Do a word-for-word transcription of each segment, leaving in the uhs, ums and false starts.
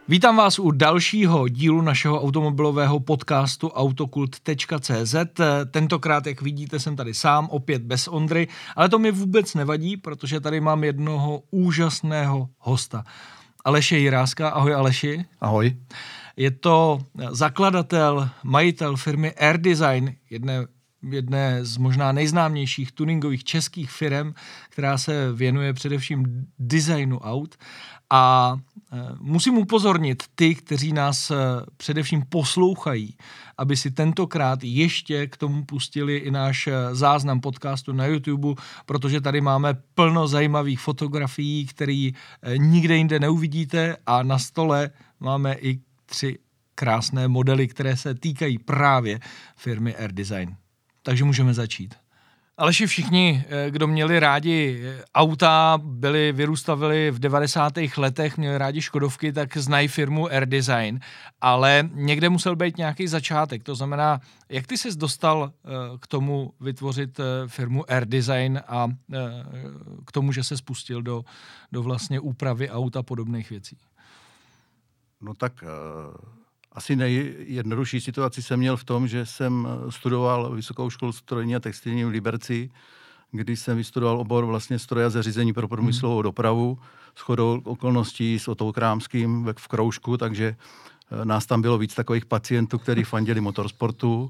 Vítám vás u dalšího dílu našeho automobilového podcastu autokult tečka cé zet. Tentokrát, jak vidíte, jsem tady sám, opět bez Ondry, ale to mi vůbec nevadí, protože tady mám jednoho úžasného hosta. Aleše Jiráska. Ahoj Aleši. Ahoj. Je to zakladatel, majitel firmy Air Design, jedné jedné z možná nejznámějších tuningových českých firem, která se věnuje především designu aut. A musím upozornit ty, kteří nás především poslouchají, aby si tentokrát ještě k tomu pustili i náš záznam podcastu na YouTube, protože tady máme plno zajímavých fotografií, které nikde jinde neuvidíte, a na stole máme i tři krásné modely, které se týkají právě firmy Air Design. Takže můžeme začít. Aleši, všichni, kdo měli rádi auta, byli, vyrůstavili v devadesátých letech, měli rádi Škodovky, tak znají firmu Air Design, ale někde musel být nějaký začátek. To znamená, jak ty ses dostal k tomu vytvořit firmu Air Design a k tomu, že se spustil do, do vlastně úpravy aut a podobných věcí? No tak... Uh... Asi nejjednodušší situaci jsem měl v tom, že jsem studoval Vysokou školu strojní a textilní v Liberci, kdy jsem vystudoval obor vlastně stroje a zařízení pro průmyslovou dopravu, shodou okolností s Otou Krámským v kroužku, takže nás tam bylo víc takových pacientů, kteří fandili motorsportu.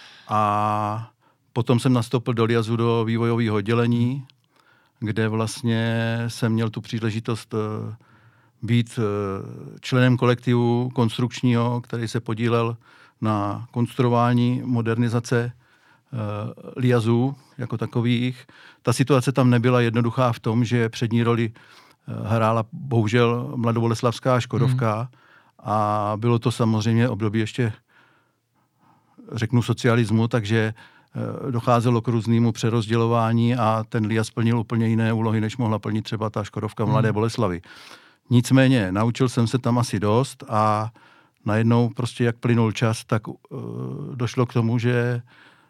A potom jsem nastoupil do Liazu do vývojového oddělení, kde vlastně jsem měl tu příležitost být členem kolektivu konstrukčního, který se podílel na konstruování modernizace Liazů jako takových. Ta situace tam nebyla jednoduchá v tom, že přední roli hrála bohužel mladoboleslavská Škodovka hmm. a bylo to samozřejmě období ještě, řeknu, socialismu, takže docházelo k různému přerozdělování a ten Liaz plnil úplně jiné úlohy, než mohla plnit třeba ta Škodovka Mladé hmm. Boleslavy. Nicméně, naučil jsem se tam asi dost a najednou prostě jak plynul čas, tak uh, došlo k tomu, že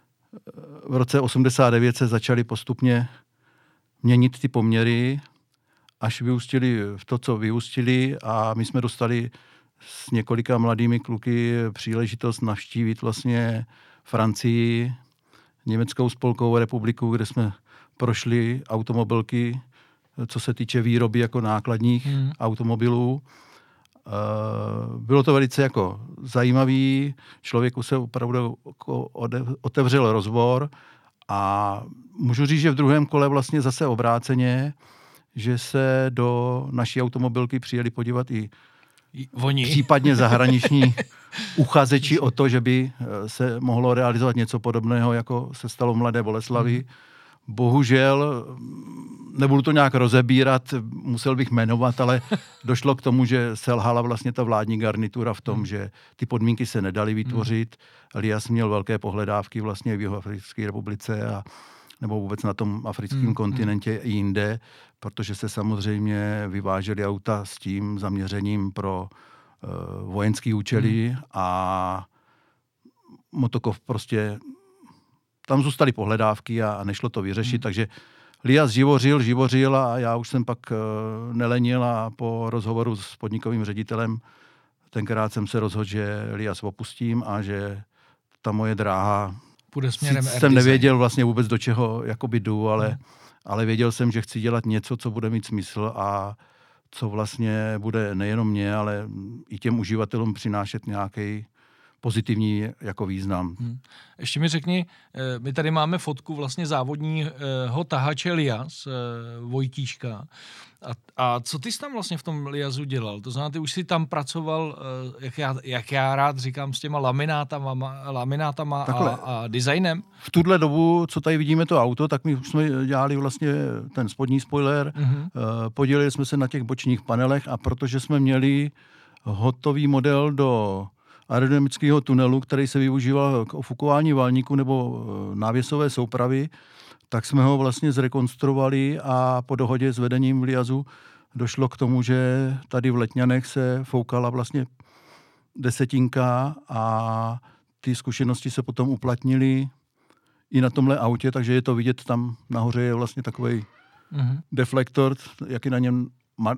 v roce osmdesát devět se začaly postupně měnit ty poměry, až vyústili v to, co vyústili, a my jsme dostali s několika mladými kluky příležitost navštívit vlastně Francii, Německou spolkovou republiku, kde jsme prošli automobilky, co se týče výroby jako nákladních hmm. automobilů. Bylo to velice jako zajímavý, člověku se opravdu otevřel rozbor a můžu říct, že v druhém kole vlastně zase obráceně, že se do naší automobilky přijeli podívat i Oni. případně zahraniční uchazeči o to, že by se mohlo realizovat něco podobného, jako se stalo v Mladé Boleslavi. Hmm. Bohužel, nebudu to nějak rozebírat, musel bych jmenovat, ale došlo k tomu, že selhala vlastně ta vládní garnitura v tom, hmm. že ty podmínky se nedaly vytvořit. Hmm. Liaz měl velké pohledávky vlastně v Jihoafrické republice a nebo vůbec na tom africkém hmm. kontinentě i jinde, protože se samozřejmě vyvážely auta s tím zaměřením pro uh, vojenské účely hmm. a Motokov prostě tam zůstaly pohledávky a nešlo to vyřešit, hmm. takže Liaz živořil, živořil a já už jsem pak uh, nelenil a po rozhovoru s podnikovým ředitelem tenkrát jsem se rozhodl, že Liaz opustím a že ta moje dráha, půjde směrem jsem nevěděl vlastně vůbec do čeho jakoby jdu, ale, hmm. ale věděl jsem, že chci dělat něco, co bude mít smysl a co vlastně bude nejenom mě, ale i těm uživatelům přinášet nějaký pozitivní jako význam. Hmm. Ještě mi řekni, my tady máme fotku vlastně závodního tahače Liaz, Vojtíška. A, a co ty jsi tam vlastně v tom Liazu dělal? To znamená, ty už jsi tam pracoval, jak já, jak já rád říkám, s těma laminátama, laminátama a, a designem? V tuhle dobu, co tady vidíme to auto, tak my už jsme dělali vlastně ten spodní spoiler, mm-hmm. podělili jsme se na těch bočních panelech a protože jsme měli hotový model do aerodynamického tunelu, který se využíval k ofukování valníku nebo návěsové soupravy, tak jsme ho vlastně zrekonstruovali a po dohodě s vedením v Liazu došlo k tomu, že tady v Letňanech se foukala vlastně desetinka a ty zkušenosti se potom uplatnily i na tomhle autě, takže je to vidět, tam nahoře je vlastně takovej mm-hmm. deflektor, jak je na něm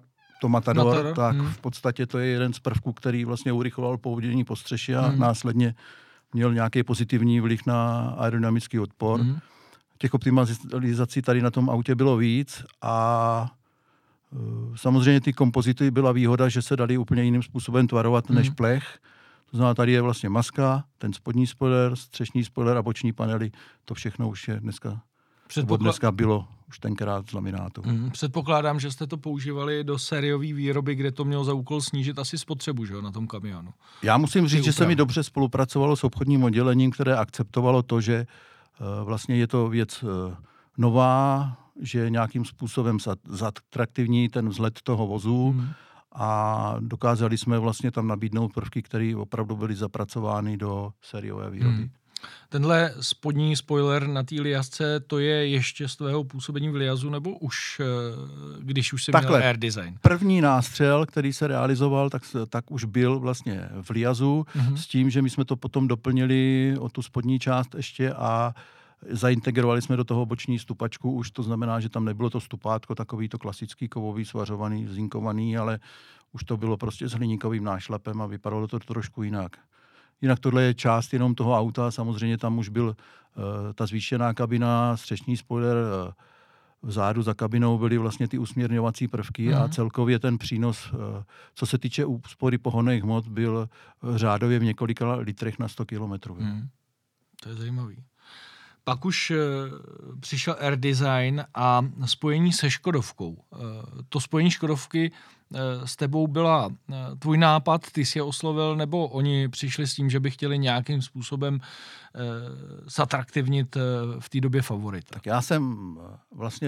to Matador, Matador, tak hmm. v podstatě to je jeden z prvků, který vlastně urychloval poudění po střeši a hmm. následně měl nějaký pozitivní vliv na aerodynamický odpor. Hmm. Těch optimalizací tady na tom autě bylo víc a uh, samozřejmě ty kompozity byla výhoda, že se dali úplně jiným způsobem tvarovat hmm. než plech. To znamená, tady je vlastně maska, ten spodní spoiler, střešní spoiler a boční panely. To všechno už je dneska, Předpokla... dneska bylo už tenkrát z laminátu. Mm, předpokládám, že jste to používali do sériové výroby, kde to mělo za úkol snížit asi spotřebu, že jo, na tom kamionu. Já musím říct, že se mi dobře spolupracovalo s obchodním oddělením, které akceptovalo to, že uh, vlastně je to věc uh, nová, že nějakým způsobem zatraktivní ten vzhled toho vozu. Mm. A dokázali jsme vlastně tam nabídnout prvky, které opravdu byly zapracovány do sériové výroby. Hmm. Tenhle spodní spoiler na té Liazce, to je ještě z tvého působení v Liazu, nebo už, když už jsi Takhle, měl Air Design? První nástřel, který se realizoval, tak, tak už byl vlastně v Liazu, hmm. s tím, že my jsme to potom doplnili o tu spodní část ještě a zaintegrovali jsme do toho boční stupačku už, to znamená, že tam nebylo to stupátko takový to klasický kovový, svařovaný, zinkovaný, ale už to bylo prostě s hliníkovým nášlepem a vypadalo to trošku jinak. Jinak tohle je část jenom toho auta, samozřejmě tam už byl uh, ta zvýšená kabina, střešní spoiler, uh, vzadu za kabinou byly vlastně ty usměrňovací prvky mm. a celkově ten přínos, uh, co se týče úspory pohonných hmot, byl řádově v několika litrech na sto kilometrů. Mm. To je zajímavý. Pak už e, přišel Air Design a spojení se Škodovkou. E, to spojení Škodovky e, s tebou byla e, tvůj nápad, ty jsi je oslovil, nebo oni přišli s tím, že by chtěli nějakým způsobem e, zatraktivnit e, v té době Favorita? Tak já jsem vlastně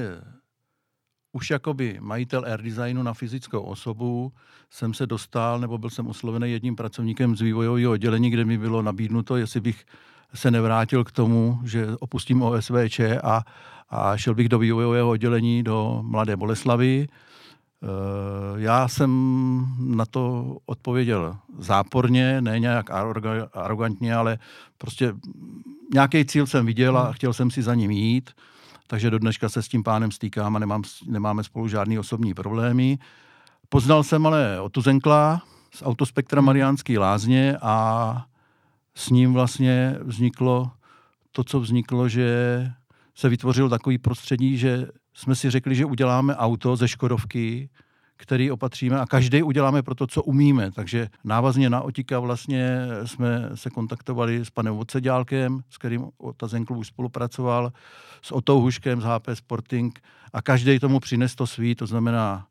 už jakoby majitel Air Designu na fyzickou osobu jsem se dostal, nebo byl jsem oslovený jedním pracovníkem z vývojového oddělení, kde mi bylo nabídnuto, jestli bych se nevrátil k tomu, že opustím O S V Č a, a šel bych do vývojového oddělení do Mladé Boleslavi. Já jsem na to odpověděl záporně, ne nějak arrogantně, ale prostě nějaký cíl jsem viděl a chtěl jsem si za ním jít, takže do dneška se s tím pánem stýkám a nemám, nemáme spolu žádný osobní problémy. Poznal jsem ale Otu Zenkla z Autospektra Mariánský Lázně a s ním vlastně vzniklo to, co vzniklo, že se vytvořil takový prostředí, že jsme si řekli, že uděláme auto ze Škodovky, který opatříme a každý uděláme pro to, co umíme. Takže návazně na Otika vlastně jsme se kontaktovali s panem Odseďálkem, s kterým Ota Zenkl už spolupracoval, s Otou Huškem z H P Sporting a každý tomu přines to svý, to znamená,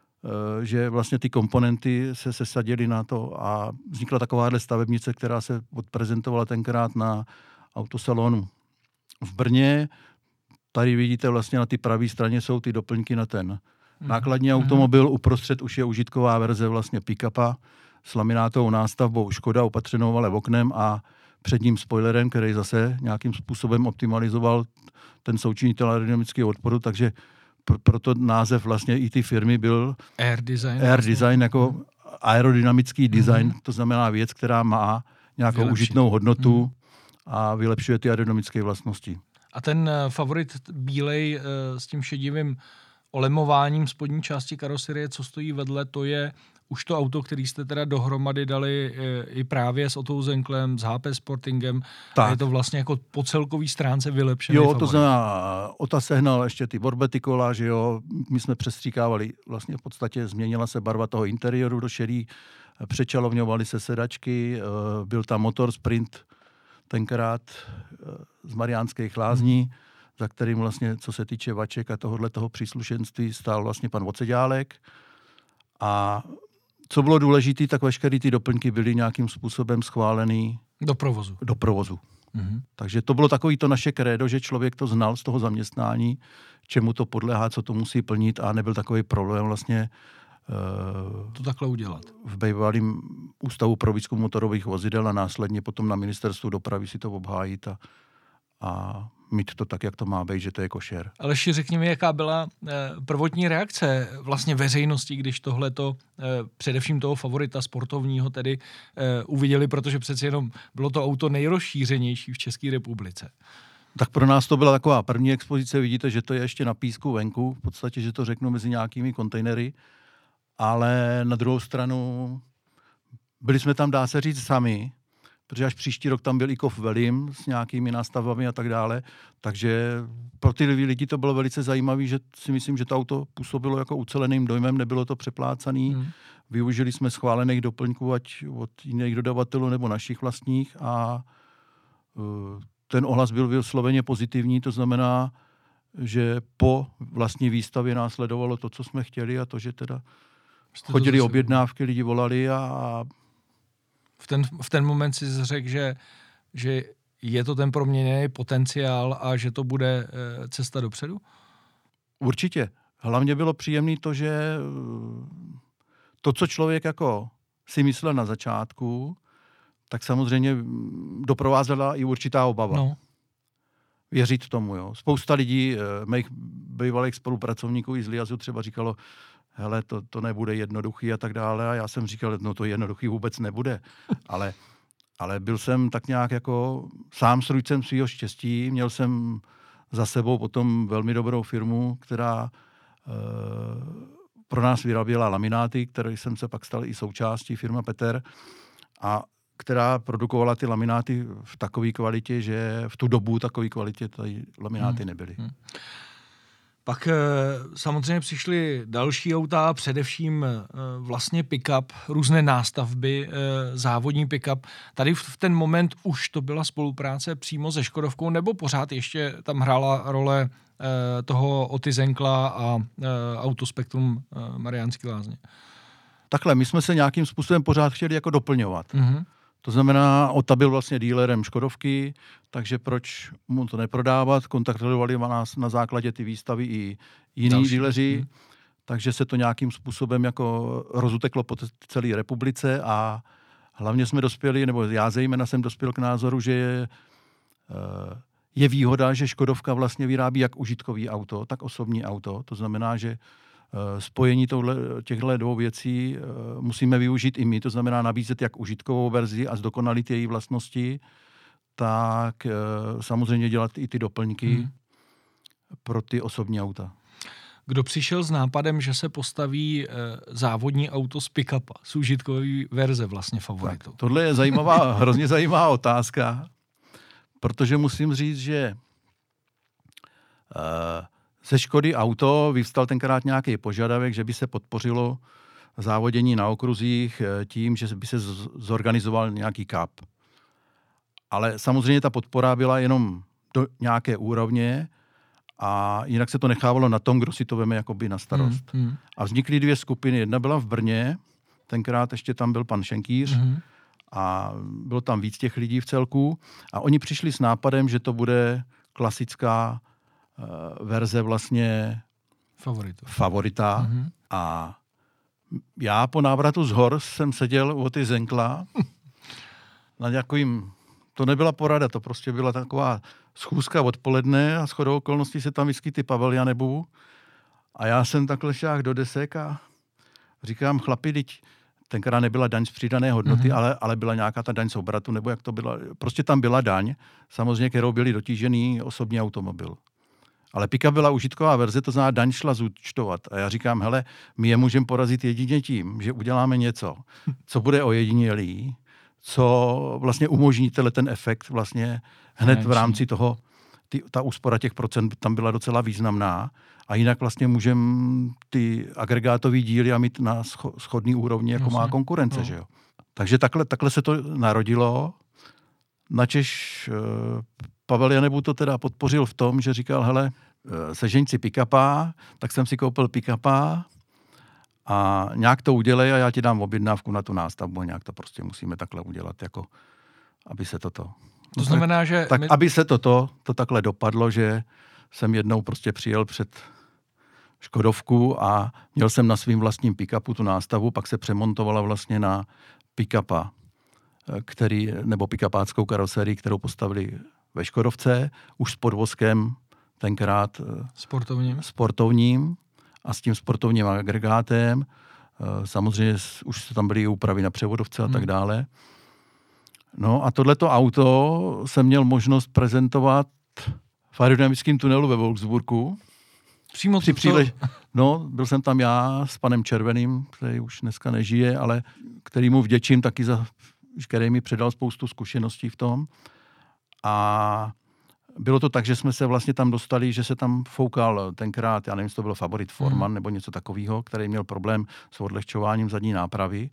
že vlastně ty komponenty se sesadily na to a vznikla takováhle stavebnice, která se odprezentovala tenkrát na autosalonu v Brně. Tady vidíte vlastně na ty pravé straně jsou ty doplňky na ten nákladní mm. automobil. Uprostřed už je užitková verze vlastně pick-upa s laminátovou nástavbou Škoda opatřenou ale oknem a předním spoilerem, který zase nějakým způsobem optimalizoval ten součinitel aerodynamického odporu, takže proto název vlastně i ty firmy byl Air Design. Air Design jako mm. aerodynamický design, mm. to znamená věc, která má nějakou Vylepší. užitnou hodnotu mm. a vylepšuje ty aerodynamické vlastnosti. A ten Favorit bílej s tím šedivým olemováním spodní části karoserie, co stojí vedle, to je už to auto, který jste teda dohromady dali i právě s Otou Zenklem, s H P Sportingem. Tak. Je to vlastně jako po celkový stránce vylepšený Jo, Favorit. To znamená, Ota sehnal ještě ty borbety kola, že jo, my jsme přestříkávali, vlastně v podstatě změnila se barva toho interiéru do šedý, přečalovňovaly se sedačky, byl tam motor Sprint tenkrát z Mariánských Lázní, hmm. za kterým vlastně, co se týče vaček a tohohle toho příslušenství, stál vlastně pan Odseďálek. A co bylo důležité, tak veškeré ty doplňky byly nějakým způsobem schválený do provozu. Do provozu. Mm-hmm. Takže to bylo takový to naše krédo, že člověk to znal z toho zaměstnání, čemu to podléhá, co to musí plnit a nebyl takový problém vlastně uh, to takhle udělat. V bývalém ústavu pro výzkum motorových vozidel a následně potom na ministerstvu dopravy si to obhájit a, a mít to tak, jak to má být, že to je košer. Aleši, řekni mi, jaká byla eh, prvotní reakce vlastně veřejnosti, když tohleto, eh, především toho Favorita sportovního tedy eh, uviděli, protože přeci jenom bylo to auto nejrozšířenější v České republice. Tak pro nás to byla taková první expozice, vidíte, že to je ještě na písku venku, v podstatě, že to řeknu mezi nějakými kontejnery ale na druhou stranu byli jsme tam, dá se říct, sami, protože až příští rok tam byl i Kov Velim s nějakými nástavami a tak dále, takže pro ty lidi to bylo velice zajímavé, že si myslím, že to auto působilo jako uceleným dojmem, nebylo to přeplácaný, hmm. využili jsme schválených doplňků, ať od jiných dodavatelů nebo našich vlastních a uh, ten ohlas byl vysloveně pozitivní, to znamená, že po vlastní výstavě následovalo to, co jsme chtěli a to, že teda Jste chodili objednávky, lidi volali a... V ten, v ten moment si řekl, že, že je to ten proměněný potenciál a že to bude cesta dopředu? Určitě. Hlavně bylo příjemné to, že to, co člověk jako si myslel na začátku, tak samozřejmě doprovázela i určitá obava. No. Věřit tomu, jo. Spousta lidí, mých bývalých spolupracovníků i z Liazu třeba říkalo, hele, to, to nebude jednoduchý a tak dále. A já jsem říkal, no to jednoduchý vůbec nebude. Ale, ale byl jsem tak nějak jako sám strůjcem svýho štěstí. Měl jsem za sebou potom velmi dobrou firmu, která e, pro nás vyráběla lamináty, které jsem se pak stal i součástí, firma Peter, a která produkovala ty lamináty v takové kvalitě, že v tu dobu takové kvalitě ty lamináty hmm. nebyly. Hmm. Pak samozřejmě přišly další auta, především vlastně pick-up, různé nástavby, závodní pick-up. Tady v ten moment už to byla spolupráce přímo se Škodovkou, nebo pořád ještě tam hrála role toho Oty Zenkla a Autospektrum Mariánský Lázně? Takhle, my jsme se nějakým způsobem pořád chtěli jako doplňovat. Mm-hmm. To znamená, Ota byl vlastně dílerem Škodovky, takže proč mu to neprodávat? Kontaktovali nás na základě ty výstavy i jiní díleři, hmm. takže se to nějakým způsobem jako rozuteklo po celé republice a hlavně jsme dospěli, nebo já zejména jsem dospěl k názoru, že je, je výhoda, že Škodovka vlastně vyrábí jak užitkový auto, tak osobní auto. To znamená, že spojení těchto dvou věcí musíme využít i my, to znamená nabízet jak užitkovou verzi a zdokonalit její vlastnosti, tak samozřejmě dělat i ty doplňky hmm. pro ty osobní auta. Kdo přišel s nápadem, že se postaví závodní auto z pick-upa, z užitkové verze vlastně favoritou? Tak, tohle je zajímavá, hrozně zajímavá otázka, protože musím říct, že uh, ze Škody Auto vyvstal tenkrát nějaký požadavek, že by se podpořilo závodění na okruzích tím, že by se zorganizoval nějaký cup. Ale samozřejmě ta podpora byla jenom do nějaké úrovně a jinak se to nechávalo na tom, kdo si to veme jakoby na starost. Mm, mm. A vznikly dvě skupiny. Jedna byla v Brně, tenkrát ještě tam byl pan Šenkýř mm. a bylo tam víc těch lidí v celku a oni přišli s nápadem, že to bude klasická verze vlastně Favoritu. favorita. Mm-hmm. A já po návratu z hor jsem seděl u Oty Zenkla na nějakým, to nebyla porada, to prostě byla taková schůzka odpoledne a shodou okolností se tam vyskytly Pavel Janebu a já jsem takhle šáhl do desek a říkám, chlapi, teď tenkrát nebyla daň z přidané hodnoty, mm-hmm. ale, ale byla nějaká ta daň z obratu, nebo jak to byla, prostě tam byla daň, samozřejmě, kterou byli dotížený osobní automobil. Ale pick-up byla užitková verze, to znamená, daň šla zúčtovat. A já říkám, hele, my je můžeme porazit jedině tím, že uděláme něco, co bude ojedinělý, co vlastně umožní ten efekt vlastně hned v rámci toho, ty, ta úspora těch procent tam byla docela významná. A jinak vlastně můžeme ty agregátové díly a mít na shodný úrovni, jako má konkurence. No. Že jo? Takže takhle, takhle se to narodilo. Načež Pavel Janebu to teda podpořil v tom, že říkal, hele, sežeň si pick-upa, tak jsem si koupil pick-upa a nějak to udělej a já ti dám objednávku na tu nástavbu a nějak to prostě musíme takhle udělat, jako aby se toto... To no znamená, že... Tak my... aby se toto, to takhle dopadlo, že jsem jednou prostě přijel před Škodovku a měl jsem na svým vlastním pick-upu tu nástavu, pak se přemontovala vlastně na pick-upa, který, nebo pick-upáckou karoserii, kterou postavili ve Škodovce, už s podvozkem tenkrát sportovním. sportovním a s tím sportovním agregátem. Samozřejmě už tam byly úpravy na převodovce a hmm. tak dále. No a tohleto auto jsem měl možnost prezentovat v aerodynamickém tunelu ve Wolfsburgu. Přímo při to, přílež... No, byl jsem tam já s panem Červeným, který už dneska nežije, ale který mu vděčím taky za, který mi předal spoustu zkušeností v tom. A bylo to tak, že jsme se vlastně tam dostali, že se tam foukal tenkrát, já nevím, jestli to byl Favorit Forman hmm. nebo něco takového, který měl problém s odlehčováním zadní nápravy.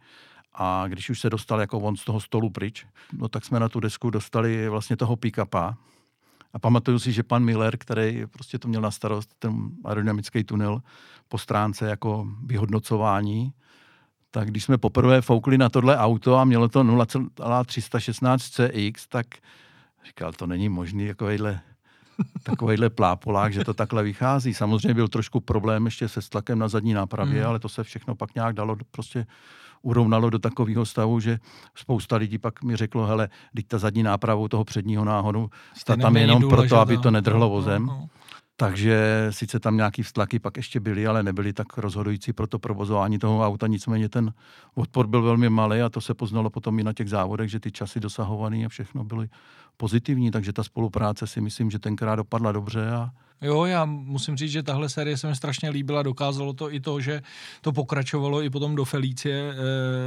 A když už se dostal jako on z toho stolu pryč, no tak jsme na tu desku dostali vlastně toho pick-upa. A pamatuju si, že pan Miller, který prostě to měl na starost, ten aerodynamický tunel po stránce jako vyhodnocování, tak když jsme poprvé foukli na tohle auto a mělo to nula celá tři sta šestnáct C X, tak říkal, to není možný takovejhle, takovejhle plápolák, že to takhle vychází. Samozřejmě byl trošku problém ještě se stlakem na zadní nápravě, mm. ale to se všechno pak nějak dalo prostě urovnalo do takového stavu, že spousta lidí pak mi řeklo, hele, teď ta zadní náprava toho předního náhodu, ta tam jenom proto, aby to nedrhlo vozem. No, no. Takže sice tam nějaký vztlaky pak ještě byly, ale nebyly tak rozhodující pro to provozování toho auta. Nicméně ten odpor byl velmi malý a to se poznalo potom i na těch závodech, že ty časy dosahované a všechno byly pozitivní. Takže ta spolupráce si myslím, že tenkrát dopadla dobře. A jo, já musím říct, že tahle série se mi strašně líbila. Dokázalo to i to, že to pokračovalo i potom do Felicie,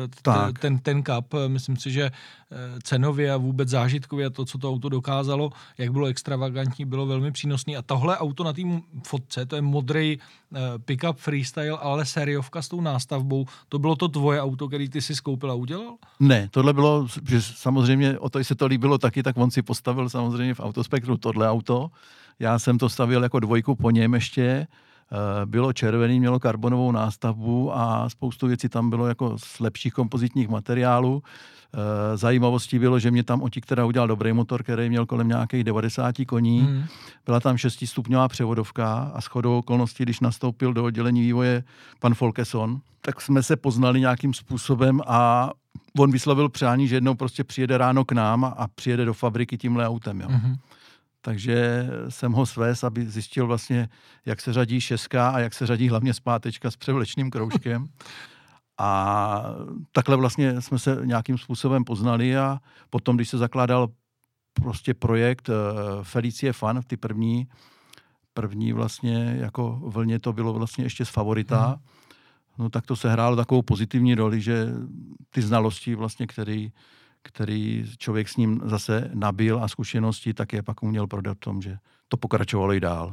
t- ten, ten cup. Myslím si, že cenově a vůbec zážitkově a to, co to auto dokázalo, jak bylo extravagantní, bylo velmi přínosný. A tohle auto na té fotce, to je modrý pick-up freestyle, ale sériovka s tou nástavbou. To bylo to tvoje auto, který ty si skoupil a udělal? Ne, tohle bylo, že samozřejmě o to, se to líbilo taky, tak on si postavil samozřejmě v Autospektru tohle auto. Já jsem to stavil jako dvojku po něm ještě, bylo červený, mělo karbonovou nástavbu a spoustu věcí tam bylo jako z lepších kompozitních materiálů. Zajímavostí bylo, že mě tam Otík teda udělal dobrý motor, který měl kolem nějakých devadesát koní. Hmm. Byla tam šestistupňová převodovka a shodou okolností, když nastoupil do oddělení vývoje pan Folkeson, tak jsme se poznali nějakým způsobem a on vyslovil přání, že jednou prostě přijede ráno k nám a přijede do fabriky tímhle autem. Jo. Hmm. Takže jsem ho svez, aby zjistil vlastně, jak se řadí šestka a jak se řadí hlavně zpátečka s převlečným kroužkem. A takhle vlastně jsme se nějakým způsobem poznali a potom, když se zakládal prostě projekt Felicie Fun, ty první, první vlastně jako vlně to bylo vlastně ještě z Favorita, mm. no tak to se hrálo takovou pozitivní roli, že ty znalosti vlastně, který který člověk s ním zase nabil a zkušenosti, tak je pak uměl prodat v tom, že to pokračovalo i dál.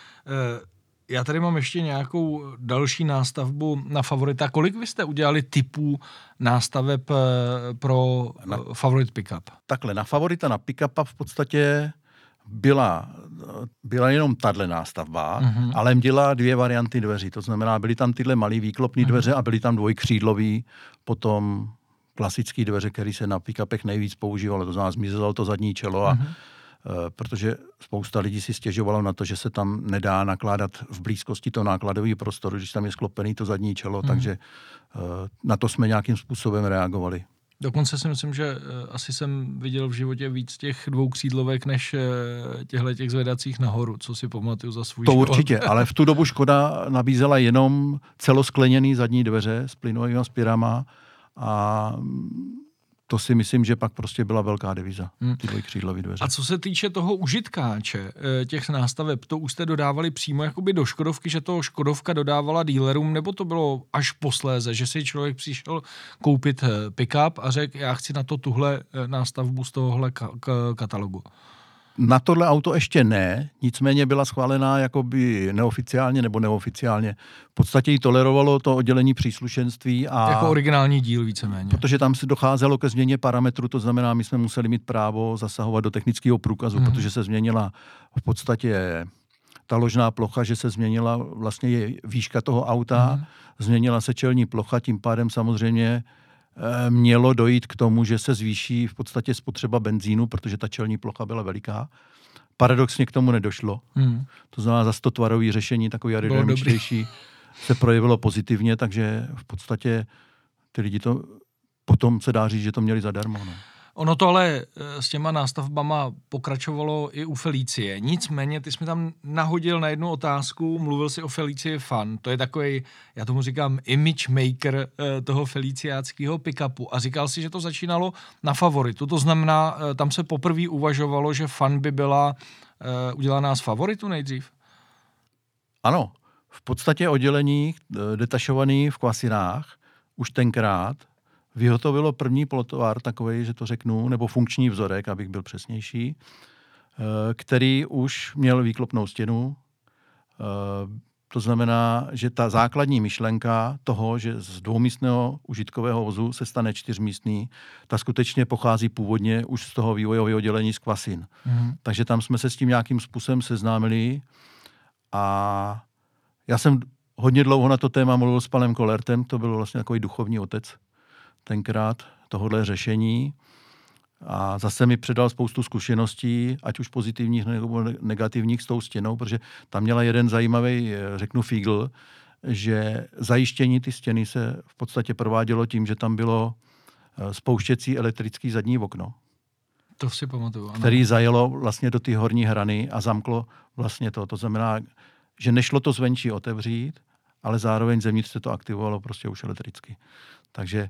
Já tady mám ještě nějakou další nástavbu na Favorita. Kolik vy jste udělali typů nástaveb pro na, Favorit pickup? Takhle, na Favorita, na pickupa v podstatě byla, byla jenom tahle nástavba, mm-hmm. ale měla dvě varianty dveří. To znamená, byly tam tyhle malý výklopný mm-hmm. dveře a byly tam dvojkřídlový, potom klasický dveře, který se na pick-upech nejvíc používalo, to znamená zmizelo to zadní čelo, a, mm-hmm. uh, protože spousta lidí si stěžovalo na to, že se tam nedá nakládat v blízkosti toho nákladového prostoru, když tam je sklopený to zadní čelo, mm-hmm. takže uh, na to jsme nějakým způsobem reagovali. Dokonce si myslím, že uh, asi jsem viděl v životě víc těch dvoukřídlovek, než uh, těchto těch zvedacích nahoru, co si pamatuju za svůj To život. určitě, ale v tu dobu Škoda nabízela jenom celoskleněný zadní dveře s plynovými aspirama. A to si myslím, že pak prostě byla velká deviza, ty dvojkřídlové dveře. A co se týče toho užitkáče, těch nástaveb, to už jste dodávali přímo jakoby do Škodovky, že to Škodovka dodávala dealerům, nebo to bylo až posléze, že si člověk přišel koupit pick-up a řekl, já chci na to tuhle nástavbu z tohohle ka- ka- katalogu? Na tohle auto ještě ne, nicméně byla schválená jakoby neoficiálně nebo neoficiálně. V podstatě ji tolerovalo to oddělení příslušenství. A jako originální díl víceméně. Protože tam se docházelo ke změně parametrů, to znamená, my jsme museli mít právo zasahovat do technického průkazu, mm. protože se změnila v podstatě ta ložná plocha, že se změnila vlastně je výška toho auta, mm. změnila se čelní plocha, tím pádem samozřejmě mělo dojít k tomu, že se zvýší v podstatě spotřeba benzínu, protože ta čelní plocha byla veliká. Paradoxně k tomu nedošlo. Hmm. To znamená, zase to tvarový řešení, takový aerodynamičtější, se projevilo pozitivně, takže v podstatě ty lidi to potom se dá říct, že to měli zadarmo. No. Ono to ale s těma nástavbama pokračovalo i u Felicie. Nicméně ty jsi mi tam nahodil na jednu otázku, mluvil jsi o Felicie Fun. To je takový, já tomu říkám, image maker toho feliciáckého pick-upu. A říkal si, že to začínalo na Favoritu. To znamená, tam se poprvé uvažovalo, že Fun by byla udělaná z Favoritu nejdřív? Ano. v podstatě oddělení detašovaný v Kvasinách už tenkrát vyhotovilo první polotovar takovej, že to řeknu, nebo funkční vzorek, abych byl přesnější, který už měl výklopnou stěnu. To znamená, že ta základní myšlenka toho, že z dvoumístného užitkového vozu se stane čtyřmístný, ta skutečně pochází původně už z toho vývojového oddělení z Kvasin. Mm. Takže tam jsme se s tím nějakým způsobem seznámili a já jsem hodně dlouho na to téma mluvil s panem Kolertem, to byl vlastně takový duchovní otec tenkrát tohohle řešení. A zase mi předal spoustu zkušeností, ať už pozitivních nebo negativních s tou stěnou, protože tam měla jeden zajímavý, řeknu, fígl, že zajištění ty stěny se v podstatě provádělo tím, že tam bylo spouštěcí elektrický zadní okno. To si pamatuju, ano. Který zajelo vlastně do ty horní hrany a zamklo vlastně to. To znamená, že nešlo to zvenčí otevřít, ale zároveň zevnitř se to aktivovalo prostě už elektricky. Takže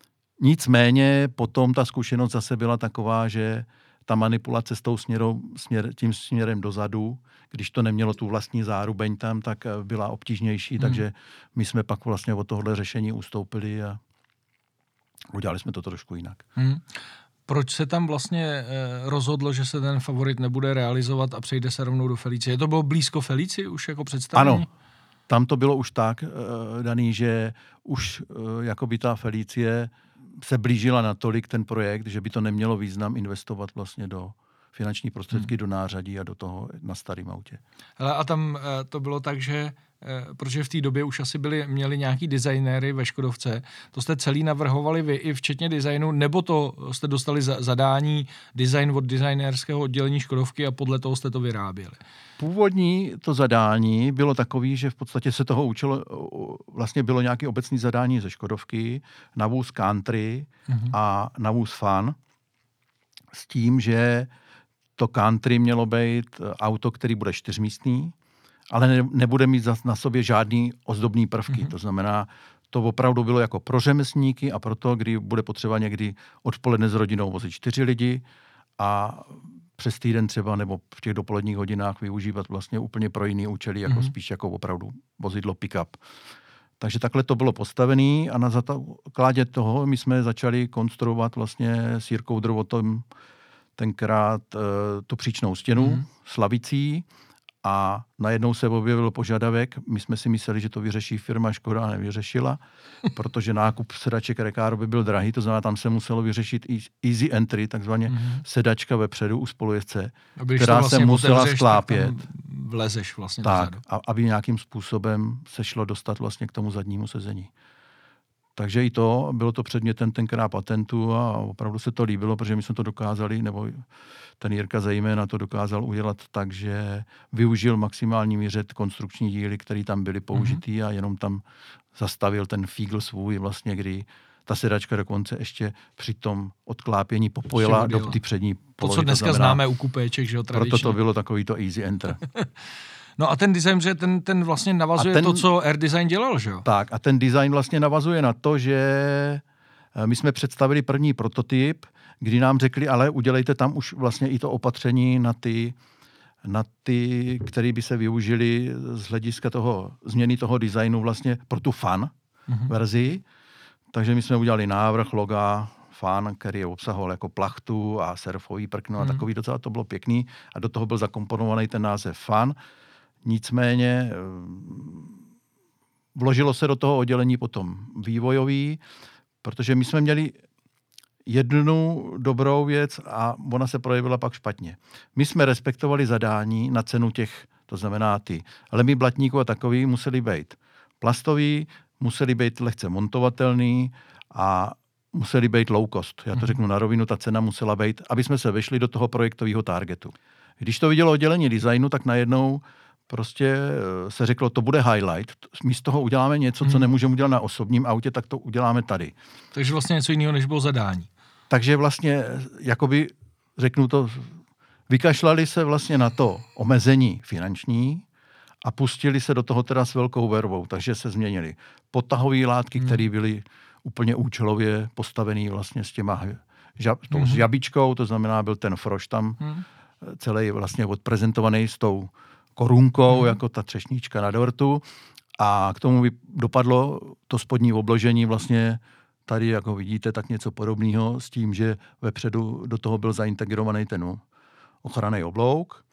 nicméně potom ta zkušenost zase byla taková, že ta manipulace s tou směrou, směr, tím směrem dozadu, když to nemělo tu vlastní zárubeň tam, tak byla obtížnější, hmm. takže my jsme pak vlastně od tohohle řešení ustoupili a udělali jsme to trošku jinak. Hmm. Proč se tam vlastně eh, rozhodlo, že se ten favorit nebude realizovat a přejde se rovnou do Felicie? To bylo blízko Felici už jako představení? Ano. Tam to bylo už tak uh, daný, že už uh, jakoby ta Felicie se blížila natolik ten projekt, že by to nemělo význam investovat vlastně do finanční prostředky, hmm. do nářadí a do toho na starém autě. Hele, a tam uh, to bylo tak, že uh, protože v té době už asi byli, měli nějaký designéry ve Škodovce, to jste celý navrhovali vy i včetně designu, nebo to jste dostali za, zadání design od designérského oddělení Škodovky a podle toho jste to vyráběli? Původní to zadání bylo takový, že v podstatě se toho učilo, vlastně bylo nějaké obecné zadání ze Škodovky na vůz Country mm-hmm. a na vůz Fun s tím, že to Country mělo být auto, který bude čtyřmístný, ale ne, nebude mít na sobě žádný ozdobný prvky. Mm-hmm. To znamená, to opravdu bylo jako pro řemeslníky a proto, kdy bude potřeba někdy odpoledne s rodinou vozit čtyři lidi a přes týden třeba nebo v těch dopoledních hodinách využívat vlastně úplně pro jiný účely, jako mm-hmm. spíš jako opravdu vozidlo pick-up. Takže takhle to bylo postavené a na základě toho my jsme začali konstruovat vlastně s Jirkou Drvotem tenkrát e, tu příčnou stěnu mm-hmm. s lavicí a najednou se objevil požadavek. My jsme si mysleli, že to vyřeší firma Škoda a nevyřešila, protože nákup sedaček Recaro by byl drahý, to znamená, tam se muselo vyřešit easy entry, takzvaně mm-hmm. sedačka vepředu u spolujezdce, která vlastně se musela sklápět. Vlezeš vlastně tak, dozadu. A aby nějakým způsobem se šlo dostat vlastně k tomu zadnímu sezení. Takže i to, bylo to předmětem tenkrát patentu a opravdu se to líbilo, protože my jsme to dokázali, nebo ten Jirka zejména to dokázal udělat tak, že využil maximální míře konstrukční díly, které tam byly použitý mm-hmm. a jenom tam zastavil ten fígl svůj vlastně, kdy ta sedačka dokonce ještě při tom odklápění popojila do ty přední polohy. To, co dneska to znamená, známe u kupéček, že jo, tradičně. Proto to bylo takový to easy enter. No a ten design, že ten, ten vlastně navazuje ten, to, co Air Design dělal, že jo? Tak a ten design vlastně navazuje na to, že my jsme představili první prototyp, kdy nám řekli, ale udělejte tam už vlastně i to opatření na ty, na ty, které by se využili z hlediska toho, změny toho designu vlastně pro tu Fun mm-hmm. verzi. Takže my jsme udělali návrh loga Fun, který obsahoval jako plachtu a surfový prkno a mm-hmm. takový docela to bylo pěkný a do toho byl zakomponovaný ten název Fun. Nicméně vložilo se do toho oddělení potom vývojový, protože my jsme měli jednu dobrou věc a ona se projevila pak špatně. My jsme respektovali zadání na cenu těch, to znamená ty lemy blatníků a takový museli být plastový, museli být lehce montovatelný a museli být low cost. Já to řeknu na rovinu, ta cena musela být, aby jsme se vešli do toho projektového targetu. Když to vidělo oddělení designu, tak najednou prostě se řeklo, to bude highlight. My z toho uděláme něco, co nemůžeme udělat na osobním autě, tak to uděláme tady. Takže vlastně něco jiného, než bylo zadání. Takže vlastně, jakoby, řeknu to, vykašlali se vlastně na to omezení finanční a pustili se do toho teda s velkou vervou. Takže se změnily podtahové látky, hmm. které byly úplně účelově postavený vlastně s těma žab, tou hmm. žabičkou, to znamená, byl ten froš tam hmm. celý vlastně odprezentovaný s tou korunkou, hmm. jako ta třešnička na dortu. A k tomu dopadlo to spodní obložení vlastně tady, jako vidíte, tak něco podobného s tím, že vepředu do toho byl zaintegrovaný ten ochranný oblouk.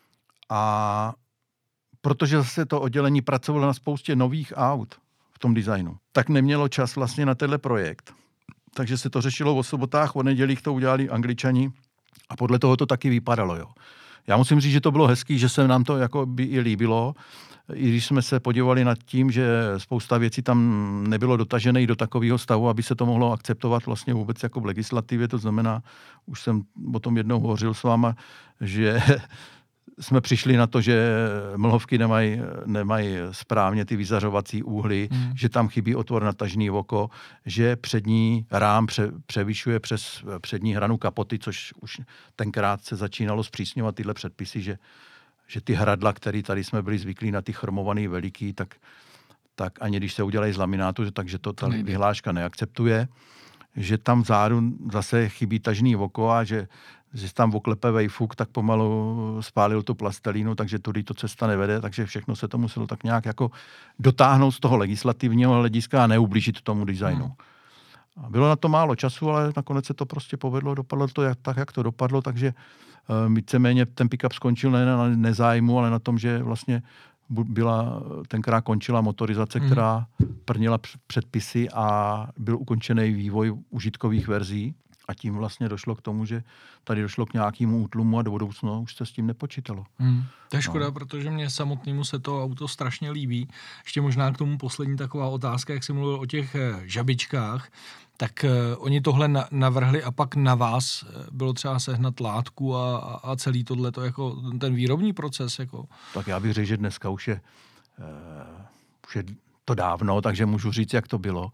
A protože zase to oddělení pracovalo na spoustě nových aut v tom designu, tak nemělo čas vlastně na tenhle projekt. Takže se to řešilo o sobotách, o nedělích to udělali Angličani a podle toho to taky vypadalo. Jo. Já musím říct, že to bylo hezký, že se nám to jako by i líbilo, i když jsme se podívali nad tím, že spousta věcí tam nebylo dotažené do takového stavu, aby se to mohlo akceptovat vlastně vůbec jako v legislativě. To znamená, už jsem o tom jednou hovořil s váma, že jsme přišli na to, že mlhovky nemají, nemají správně ty vyzařovací úhly, hmm. že tam chybí otvor na tažní oko, že přední rám pře, převyšuje přes přední hranu kapoty, což už tenkrát se začínalo zpřísňovat tyhle předpisy, že, že ty hradla, které tady jsme byli zvyklí na ty chromovaný veliký, tak, tak ani když se udělají z laminátu, takže to ta vyhláška neakceptuje, že tam vzadu zase chybí tažní oko a že že tam oklepe vejfuk, tak pomalu spálil tu plastelínu, takže tudy to cesta nevede, takže všechno se to muselo tak nějak jako dotáhnout z toho legislativního hlediska a neublížit tomu designu. Hmm. A bylo na to málo času, ale nakonec se to prostě povedlo, dopadlo to jak, tak, jak to dopadlo, takže uh, víceméně ten pick-up skončil ne na nezájmu, ale na tom, že vlastně byla, tenkrát končila motorizace, hmm. která plnila předpisy a byl ukončený vývoj užitkových verzí. A tím vlastně došlo k tomu, že tady došlo k nějakému útlumu a do budoucna už se s tím nepočítalo. Hmm. To je škoda, no. Protože mě samotnému se to auto strašně líbí. Ještě možná k tomu poslední taková otázka, jak jsi mluvil o těch žabičkách, tak uh, oni tohle na, navrhli a pak na vás bylo třeba sehnat látku a, a, a celý tohleto, jako ten výrobní proces. Jako. Tak já bych řekl, že dneska už je, uh, už je to dávno, takže můžu říct, jak to bylo. Uh,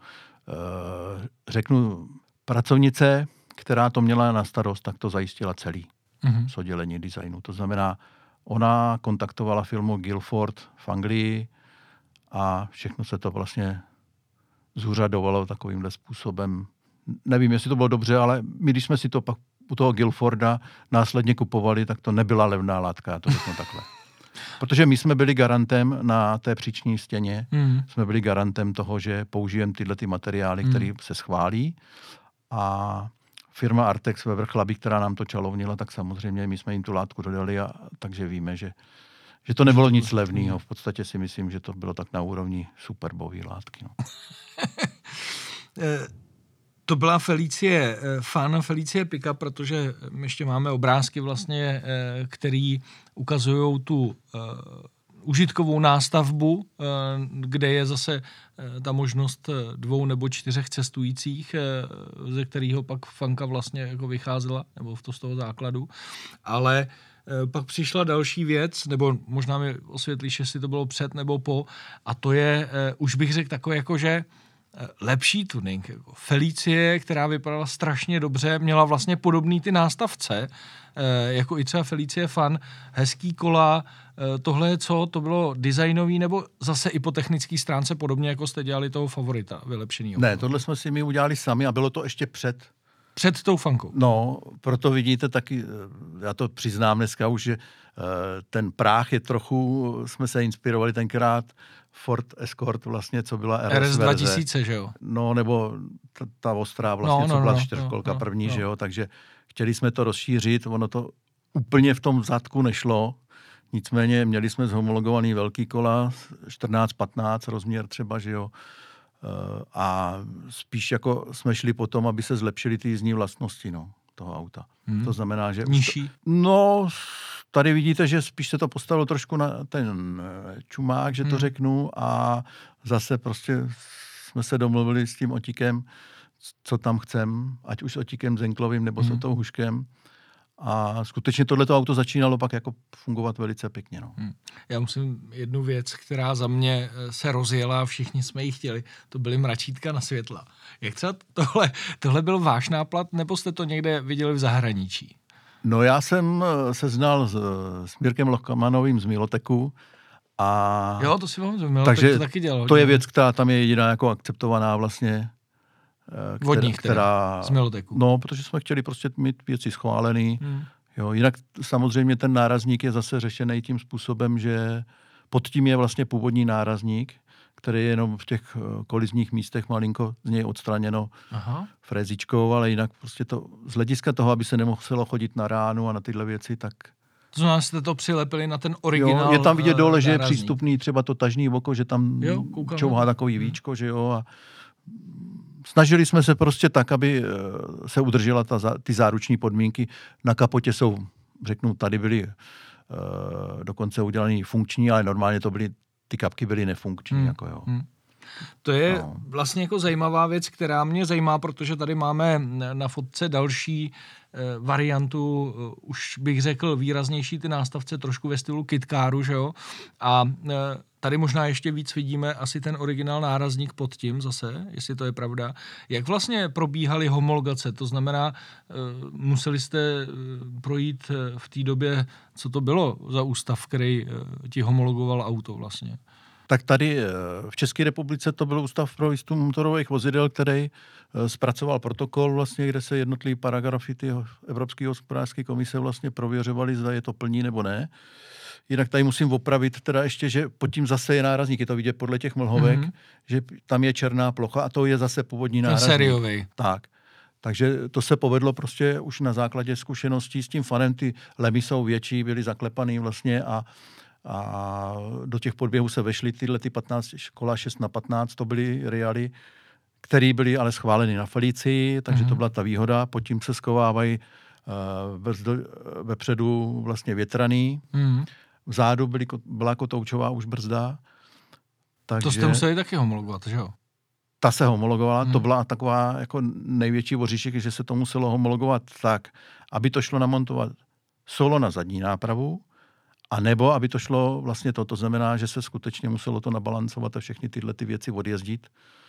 řeknu, pracovnice, která to měla na starost, tak to zajistila celý mm-hmm. z oddělení designu. To znamená, ona kontaktovala firmu Guilford v Anglii a všechno se to vlastně zúřadovalo takovýmhle způsobem. Nevím, jestli to bylo dobře, ale my, když jsme si to pak u toho Guilforda následně kupovali, tak to nebyla levná látka, já to řeknu takhle. Protože my jsme byli garantem na té příční stěně, mm. jsme byli garantem toho, že použijeme tyhle ty materiály, mm. které se schválí. A firma Artex ve Vrchlabí, která nám to čalovnila, tak samozřejmě my jsme jim tu látku dodali, a takže víme, že, že to nebylo nic levného. V podstatě si myslím, že to bylo tak na úrovni superbový látky. No. To byla Felicie, fan Felicie Pickup, protože ještě máme obrázky vlastně, který ukazují tu užitkovou nástavbu, kde je zase ta možnost dvou nebo čtyřech cestujících, ze kterého pak fanka vlastně jako vycházela, nebo v to z toho základu. Ale pak přišla další věc, nebo možná mi osvětlíš, jestli to bylo před nebo po, a to je, už bych řekl takové jako, že lepší tuning. Jako Felicie, která vypadala strašně dobře, měla vlastně podobný ty nástavce, jako i třeba Felicie Fan, hezký kola, tohle je co? To bylo designový, nebo zase i po technické stránce podobně, jako jste dělali toho Favorita vylepšenýho? Ne, tohle jsme si my udělali sami a bylo to ještě před. Před tou fankou? No, proto vidíte taky, já to přiznám dneska už, že ten práh je trochu, jsme se inspirovali tenkrát Ford Escort vlastně, co byla R S, R S dva tisíce, že jo? No, nebo ta, ta ostrá vlastně, no, no, co byla no, čtyřkolka no, první, no. Že jo? Takže chtěli jsme to rozšířit, ono to úplně v tom zadku nešlo, nicméně měli jsme zhomologovaný velký kola, čtrnáct patnáct rozměr třeba, že jo? A spíš jako jsme šli po tom, aby se zlepšily ty jízdní vlastnosti, no, toho auta. Hmm. To znamená, že... Nižší? No, tady vidíte, že spíš se to postavilo trošku na ten čumák, že to hmm. řeknu, a zase prostě jsme se domluvili s tím Otíkem, co tam chcem, ať už s Otíkem Zenklovým nebo hmm. s tou Huškem. A skutečně tohleto auto začínalo pak jako fungovat velice pěkně. No. Hmm. Já musím jednu věc, která za mě se rozjela a všichni jsme ji chtěli, to byly mračítka na světla. Jak třeba tohle, tohle byl váš nápad, nebo jste to někde viděli v zahraničí? No já jsem se znal s, s Mirkem Lochmanovým z Miloteku. A jo, to si vám Milotek takže to taky dělal. To je věc, která tam je jediná jako akceptovaná vlastně. Která, Vodních, která, z Miloteku. No, protože jsme chtěli prostě mít věci schválený. Hmm. Jo, jinak samozřejmě ten nárazník je zase řešený tím způsobem, že pod tím je vlastně původní nárazník, které je jenom v těch kolizních místech malinko z něj odstraněno Aha. frézičkou, ale jinak prostě to z hlediska toho, aby se nemohlo chodit na ránu a na tyhle věci, tak... To znamená, jste to přilepili na ten originál. Jo, je tam vidět dole, uh, že je nárazník. přístupný třeba to tažní oko, že tam jo, čouhá takový víčko, že jo, a snažili jsme se prostě tak, aby se udržela ta, ty záruční podmínky. Na kapotě jsou, řeknu, tady byly uh, dokonce udělané funkční, ale normálně to byly, ty kapky byly nefunkční. Hmm. Jako jo. Hmm. To je no. vlastně jako zajímavá věc, která mě zajímá, protože tady máme na fotce další eh, variantu, eh, už bych řekl výraznější ty nástavce, trošku ve stylu kitkáru, že jo? A eh, tady možná ještě víc vidíme asi ten originál nárazník pod tím zase, jestli to je pravda. Jak vlastně probíhaly homologace? To znamená, eh, museli jste eh, projít eh, v té době, co to bylo za ústav, který eh, ti homologoval auto vlastně? Tak tady v České republice to byl Ústav pro výzkum motorových vozidel, který zpracoval protokol, vlastně, kde se jednotlivé paragrafy ty Evropské hospodářské komise vlastně prověřovaly, zda je to plní nebo ne. Jinak tady musím opravit teda ještě, že pod tím zase je nárazník, je to vidět podle těch mlhovek, mm-hmm. že tam je černá plocha a to je zase původní nárazník. Sériový. Tak. Takže to se povedlo prostě už na základě zkušeností s tím fanem, ty lemy jsou větší, byly zaklepaný vlastně a A do těch podběhů se vešly tyhle ty patnáct kola šest na patnáct, to byly Rialy, které byly ale schváleny na Felicii, takže mm-hmm. to byla ta výhoda. Pod tím se schovávají uh, vepředu vlastně větraný. Mm-hmm. Vzadu byly, byla kotoučová už brzda. Takže to jste museli taky homologovat, že jo? Ta se homologovala, mm-hmm. to byla taková jako největší voříšek, že se to muselo homologovat tak, aby to šlo namontovat solo na zadní nápravu, a nebo, aby to šlo vlastně to, to znamená, že se skutečně muselo to nabalancovat a všechny tyhle ty věci odjezdit.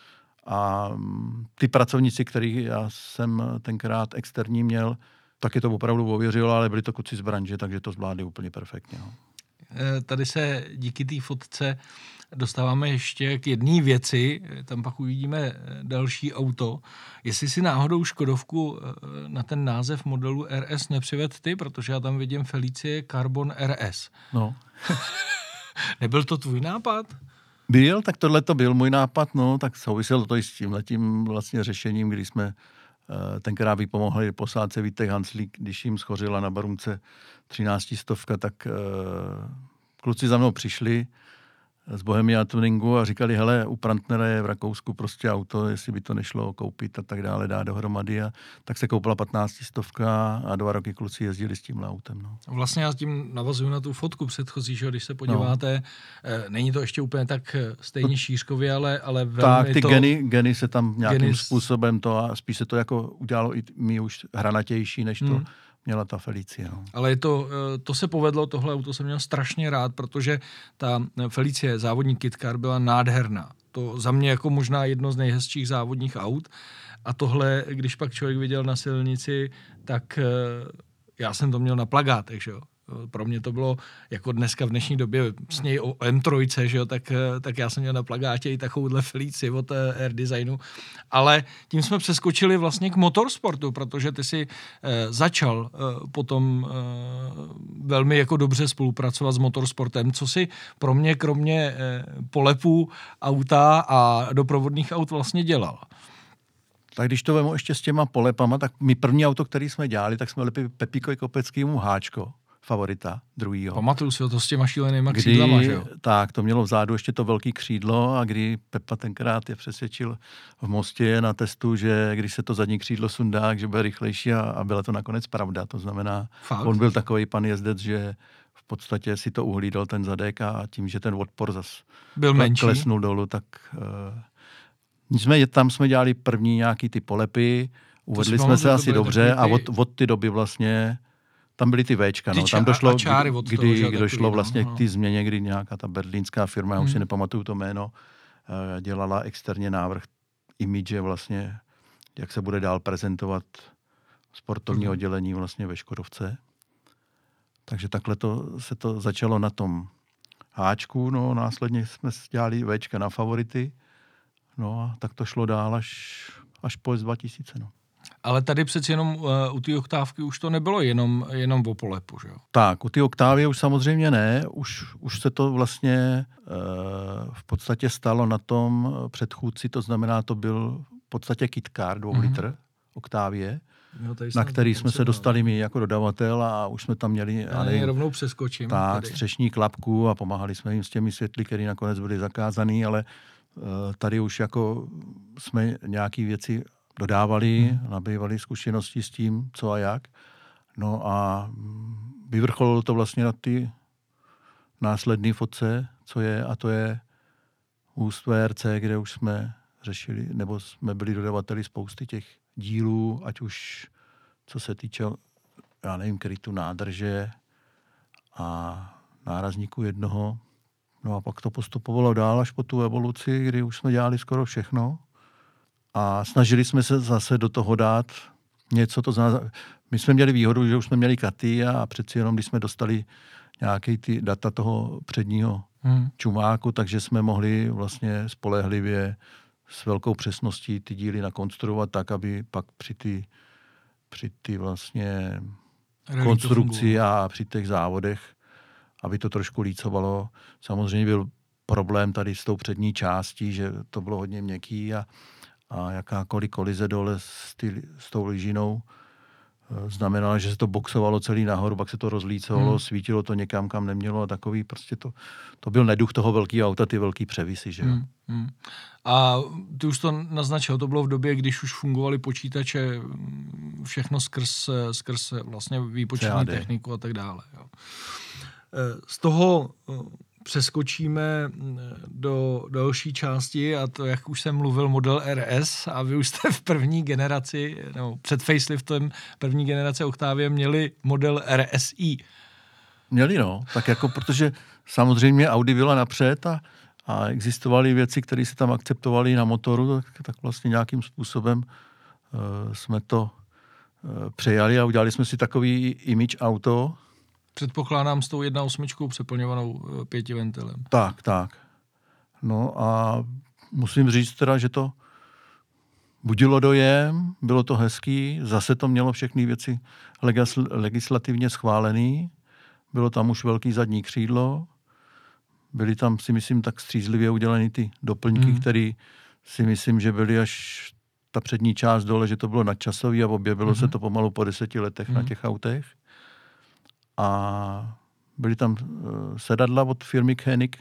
A ty pracovníci, který já jsem tenkrát externí měl, taky to opravdu ověřilo, ale byli to kluci z branže, takže to zvládli úplně perfektně. No. Tady se díky té fotce dostáváme ještě k jedné věci, tam pak uvidíme další auto. Jestli si náhodou Škodovku na ten název modelu R S nepřived ty, protože já tam vidím Felicie Carbon R S. No. Nebyl to tvůj nápad? Byl, tak tohle to byl můj nápad, no, tak souviselo to i s tímhletím vlastně řešením, kdy jsme uh, tenkrát vypomohli posádce Vítek Hanslík, když jim schořila na Barunce třináctistovka, tak uh, kluci za mnou přišli z Bohemia Tuningu a říkali, hele, u Prantnera je v Rakousku prostě auto, jestli by to nešlo koupit a tak dále, dá dohromady. A tak se koupila patnáctistovka a dva roky kluci jezdili s tímhle autem. No. Vlastně já s tím navazuju na tu fotku předchozí, že když se podíváte, no. Není to ještě úplně tak stejně šířkově, ale, ale velmi tak, ty to... geny, geny se tam nějakým geny... způsobem to a spíš se to jako udělalo i mi už hranatější, než to hmm. měla ta Felicie. No. Ale je to, to se povedlo, tohle auto jsem měl strašně rád, protože ta Felicie, závodní kitcar, byla nádherná. To za mě jako možná jedno z nejhezčích závodních aut. A tohle, když pak člověk viděl na silnici, tak já jsem to měl na plakátech, že jo. Pro mě to bylo jako dneska v dnešní době s něj o M tři, že jo, tak, tak já jsem měl na plakátě i takovouhle Felici od Air Designu. Ale tím jsme přeskočili vlastně k motorsportu, protože ty si eh, začal eh, potom eh, velmi jako dobře spolupracovat s motorsportem, co si pro mě kromě eh, polepů auta a doprovodných aut vlastně dělal. Tak když to vemu ještě s těma polepama, tak my první auto, který jsme dělali, tak jsme lepili Pepíkovi Kopeckému háčko. Favorita druhýho. Pamatuju si to s těma šílenýma křídlama, že jo? Tak, to mělo vzadu ještě to velký křídlo a kdy Pepa tenkrát je přesvědčil v Mostě na testu, že když se to zadní křídlo sundá, že bude rychlejší a, a byla to nakonec pravda. To znamená, Fakt? On byl takový pan jezdec, že v podstatě si to uhlídal ten zadek a tím, že ten odpor zas byl menší, klesnul dolů, tak uh, nicméně tam jsme dělali první nějaký ty polepy, uvedli jsme se asi dobře ty... a od, od ty doby vlastně tam byly ty Véčka, no. Tam došlo, kdy, kdy toho, došlo vlastně no. k té změně, kdy nějaká ta berlínská firma, já už hmm. si nepamatuju to jméno, dělala externě návrh imidže vlastně, jak se bude dál prezentovat sportovní hmm. oddělení vlastně ve Škodovce. Takže takhle to, se to začalo na tom háčku, no následně jsme dělali Véčka na favority, no a tak to šlo dál až, až po S dva tisíce, no. Ale tady přeci jenom uh, u té oktávky už to nebylo jenom, jenom o polepu, že jo? Tak, u té oktávy už samozřejmě ne, už, už se to vlastně uh, v podstatě stalo na tom předchůdci, to znamená, to byl v podstatě KitKar, dvou mm-hmm. litr oktávě, jo, na který jsme se dostali my jako dodavatel a už jsme tam měli... Já nevím, rovnou přeskočím. Tak, tady. střešní klapku a pomáhali jsme jim s těmi světly, které nakonec byly zakázaný, ale uh, tady už jako jsme nějaký věci dodávali, hmm. nabývali zkušenosti s tím, co a jak. No a vyvrcholilo to vlastně na ty následné fotce, co je, a to je úst V R C, kde už jsme řešili, nebo jsme byli dodavateli spousty těch dílů, ať už co se týče, já nevím, krytu nádrže a nárazníku jednoho. No a pak to postupovalo dál až po tu evoluci, kdy už jsme dělali skoro všechno. A snažili jsme se zase do toho dát něco, to znamená, my jsme měli výhodu, že už jsme měli katy a přeci jenom, když jsme dostali nějaké ty data toho předního hmm. čumáku, takže jsme mohli vlastně spolehlivě s velkou přesností ty díly nakonstruovat tak, aby pak při ty, při ty vlastně Ready konstrukci a při těch závodech, aby to trošku lícovalo. Samozřejmě byl problém tady s tou přední částí, že to bylo hodně měkký a a jakákoliv kolize dole s, ty, s tou lyžinou znamenala, že se to boxovalo celý nahoru, pak se to rozlícovalo, hmm. svítilo to někam, kam nemělo a takový prostě to, to byl neduch toho velkého auta, ty velký převisy, že jo. Hmm. Hmm. A ty už to naznačil, to bylo v době, když už fungovaly počítače, všechno skrz, skrz vlastně výpočetní techniku a tak dále. Jo. Z toho přeskočíme do další části a to, jak už jsem mluvil, model R S a vy už jste v první generaci, nebo před faceliftem první generace Octavie měli model R S I. Měli, no. Tak jako, protože samozřejmě Audi byla napřed a, a existovaly věci, které se tam akceptovaly na motoru, tak, tak vlastně nějakým způsobem uh, jsme to uh, přejali a udělali jsme si takový image auto. Předpokládám s tou jedna osmičkou přeplňovanou pěti ventilem. Tak, tak. No a musím říct teda, že to budilo dojem, bylo to hezký, zase to mělo všechny věci legisl- legislativně schválený, bylo tam už velký zadní křídlo, byly tam, si myslím, tak střízlivě udělané ty doplňky, hmm. které si myslím, že byly až ta přední část dole, že to bylo nadčasový a objevilo hmm. se to pomalu po deseti letech hmm. na těch autech. A byly tam uh, sedadla od firmy Koenig.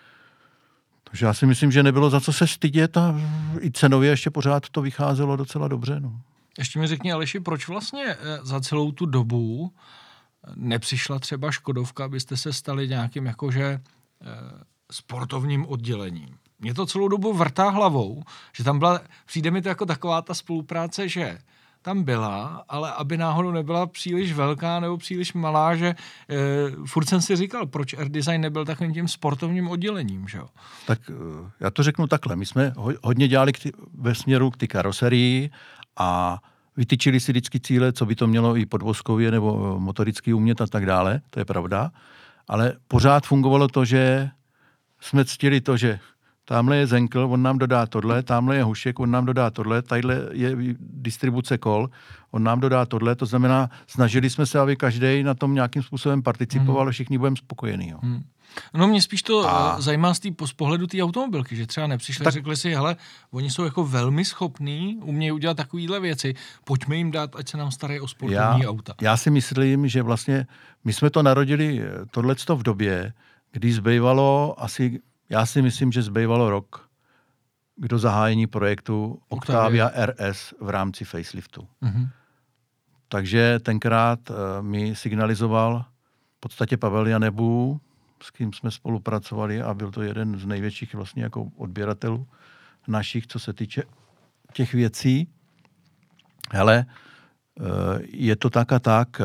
Takže já si myslím, že nebylo za co se stydět a i cenově ještě pořád to vycházelo docela dobře. No. Ještě mi řekni, Aleši, proč vlastně za celou tu dobu nepřišla třeba Škodovka, abyste se stali nějakým jakože eh, sportovním oddělením? Mě to celou dobu vrtá hlavou, že tam byla, přijde mi to jako taková ta spolupráce, že tam byla, ale aby náhodou nebyla příliš velká nebo příliš malá, že e, furt jsem si říkal, proč R-Design nebyl takovým tím sportovním oddělením, že jo? Tak já to řeknu takhle. My jsme ho, hodně dělali k ty, ve směru k ty karoserii a vytyčili si vždycky cíle, co by to mělo i podvozkově nebo motoricky umět a tak dále, to je pravda, ale pořád fungovalo to, že jsme ctili to, že tamhle je Zenkl, on nám dodá tohle, tamhle je Hušek, on nám dodá tohle, tadyhle je distribuce kol, on nám dodá tohle, to znamená, snažili jsme se, aby každý na tom nějakým způsobem participoval hmm. a všichni budeme spokojení. Jo. Hmm. No mě spíš to a... zajímá z, tý, z pohledu té automobilky, že třeba nepřišli tak... a řekli si, hele, oni jsou jako velmi schopní, umějí udělat takovýhle věci, pojďme jim dát, ať se nám starají o sportovní já, auta. Já si myslím, že vlastně my jsme to narodili tohleto v době, kdy zbývalo asi Já si myslím, že zbývalo rok do zahájení projektu Octavia R S v rámci faceliftu. Mm-hmm. Takže tenkrát uh, mi signalizoval v podstatě Pavel Janebu, s kým jsme spolupracovali a byl to jeden z největších vlastně jako odběratelů našich, co se týče těch věcí. Hele, uh, je to tak a tak, uh,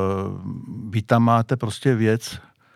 vy tam máte prostě věc,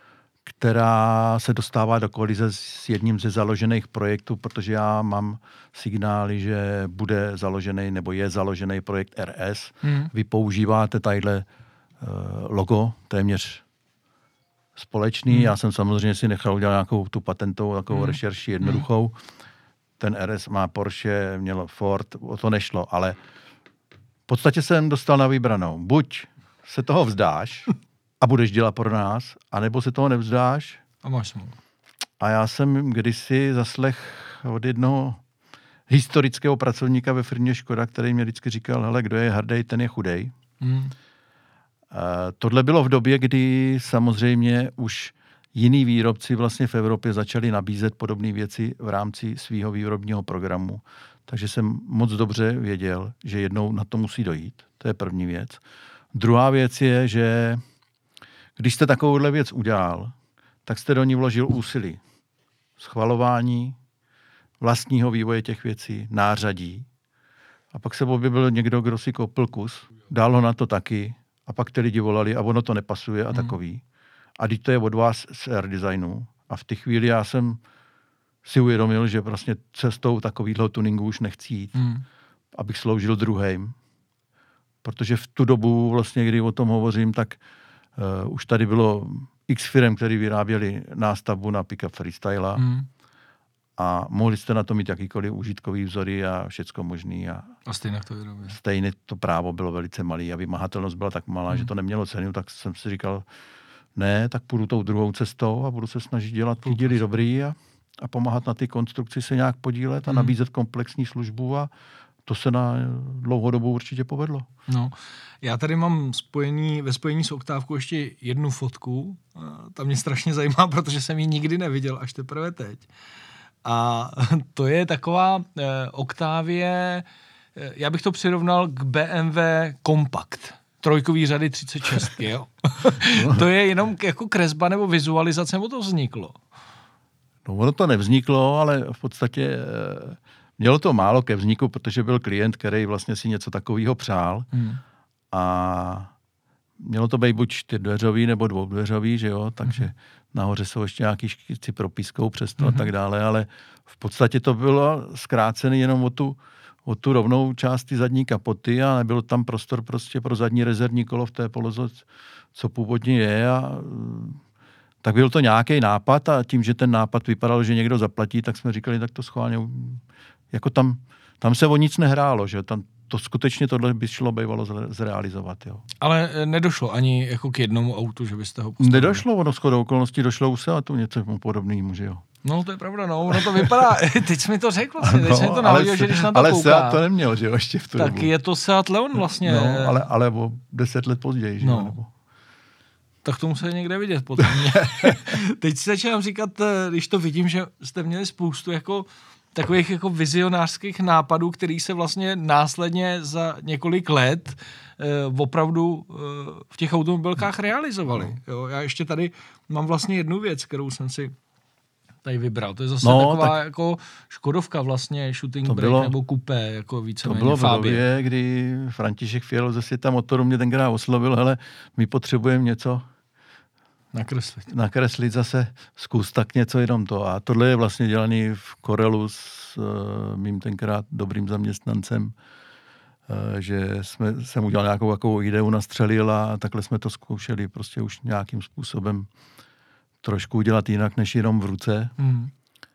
která se dostává do kolize s jedním ze založených projektů, protože já mám signály, že bude založený nebo je založený projekt R S. Hmm. Vy používáte tadyhle uh, logo téměř společný. Hmm. Já jsem samozřejmě si nechal udělat nějakou tu patentovou takovou hmm. rešerši jednoduchou. Hmm. Ten R S má Porsche, měl Ford, o to nešlo, ale v podstatě jsem dostal na vybranou. Buď se toho vzdáš a budeš dělat pro nás, anebo se toho nevzdáš. A máš smůlu. A já jsem kdysi zaslech od jednoho historického pracovníka ve firmě Škoda, který mě vždycky říkal, hele, kdo je hrdý, ten je chudej. Hmm. Tohle bylo v době, kdy samozřejmě už jiní výrobci vlastně v Evropě začali nabízet podobné věci v rámci svého výrobního programu. Takže jsem moc dobře věděl, že jednou na to musí dojít. To je první věc. Druhá věc je, že když jste takovouhle věc udělal, tak jste do ní vložil úsilí. Schvalování, vlastního vývoje těch věcí, nářadí. A pak se objevil někdo, kdo si koupil kus, dal ho na to taky a pak ty lidi volali a ono to nepasuje a hmm. takový. A teď to je od vás z R designu. A v té chvíli já jsem si uvědomil, že vlastně cestou takovýhle tuningu už nechci jít, hmm. abych sloužil druhým. Protože v tu dobu, vlastně, kdy o tom hovořím, tak uh, už tady bylo x firm, který vyráběli nástavbu na pick-up freestyle hmm. a mohli jste na to mít jakýkoliv užitkový vzory a všecko možný. A, a stejně to vyrobili. Stejně to právo bylo velice malé a vymahatelnost byla tak malá, hmm. že to nemělo cenu, tak jsem si říkal, ne, tak půjdu tou druhou cestou a budu se snažit dělat ty díly dobrý a, a pomáhat na ty konstrukci se nějak podílet a hmm. nabízet komplexní službu a to se na dlouhodobu určitě povedlo. No, já tady mám spojení, ve spojení s Oktávkou ještě jednu fotku. Ta mě strašně zajímá, protože jsem ji nikdy neviděl, až teprve teď. A to je taková eh, Octavie, eh, já bych to přirovnal k B M W Compact. Trojkový řady třicet šest, jo? To je jenom jako kresba nebo vizualizace, nebo to vzniklo? No ono to nevzniklo, ale v podstatě eh, mělo to málo ke vzniku, protože byl klient, který vlastně si něco takového přál hmm. a mělo to být buď čtyřdveřový nebo dvoudveřový, že jo, takže hmm. nahoře jsou ještě nějaký škici propiskou přes to hmm. a tak dále, ale v podstatě to bylo zkrácené jenom o tu, o tu rovnou část ty zadní kapoty a nebyl tam prostor prostě pro zadní rezervní kolo v té poloze, co původně je a tak byl to nějaký nápad a tím, že ten nápad vypadal, že někdo zaplatí, tak jsme říkali, tak to schválně, jako tam, tam se o nic nehrálo, že tam to skutečně tohle by šlo bývalo zrealizovat, jo. Ale nedošlo ani jako k jednomu autu, že byste ho postavili? Nedošlo, ono shodou okolností došlo už se a tu něco podobného, že jo. No, to je pravda, no, ono to vypadá, teď jsi mi to řekl, vlastně, teď no, jsi mi to nahodil, že když na to ale kouká. Ale Seat to neměl, že jo, ještě v tu tak dobu. Tak je to Seat Leon vlastně. No, ale, ale o deset let později, že no. jo, nebo... Tak to musí někde vidět potom. Teď si začínám říkat, když to vidím, že jste měli spoustu jako takových jako vizionářských nápadů, který se vlastně následně za několik let eh, opravdu eh, v těch automobilkách realizovaly. Jo, já ještě tady mám vlastně jednu věc, kterou jsem si tady vybral. To je zase no, taková tak jako Škodovka vlastně, shooting brake bylo, nebo kupé, jako víceméně Fabie. To bylo Fabie. v době, kdy František Fialo ze světa motoru mě tenkrát oslovil, hele, my potřebujeme něco nakreslit. Nakreslit zase, zkus tak něco jenom to. A tohle je vlastně dělaný v Corelu s uh, mým tenkrát dobrým zaměstnancem, uh, že jsme, jsem udělal nějakou takovou ideu, nastřelil a takhle jsme to zkoušeli prostě už nějakým způsobem trošku udělat jinak, než jenom v ruce. Hmm.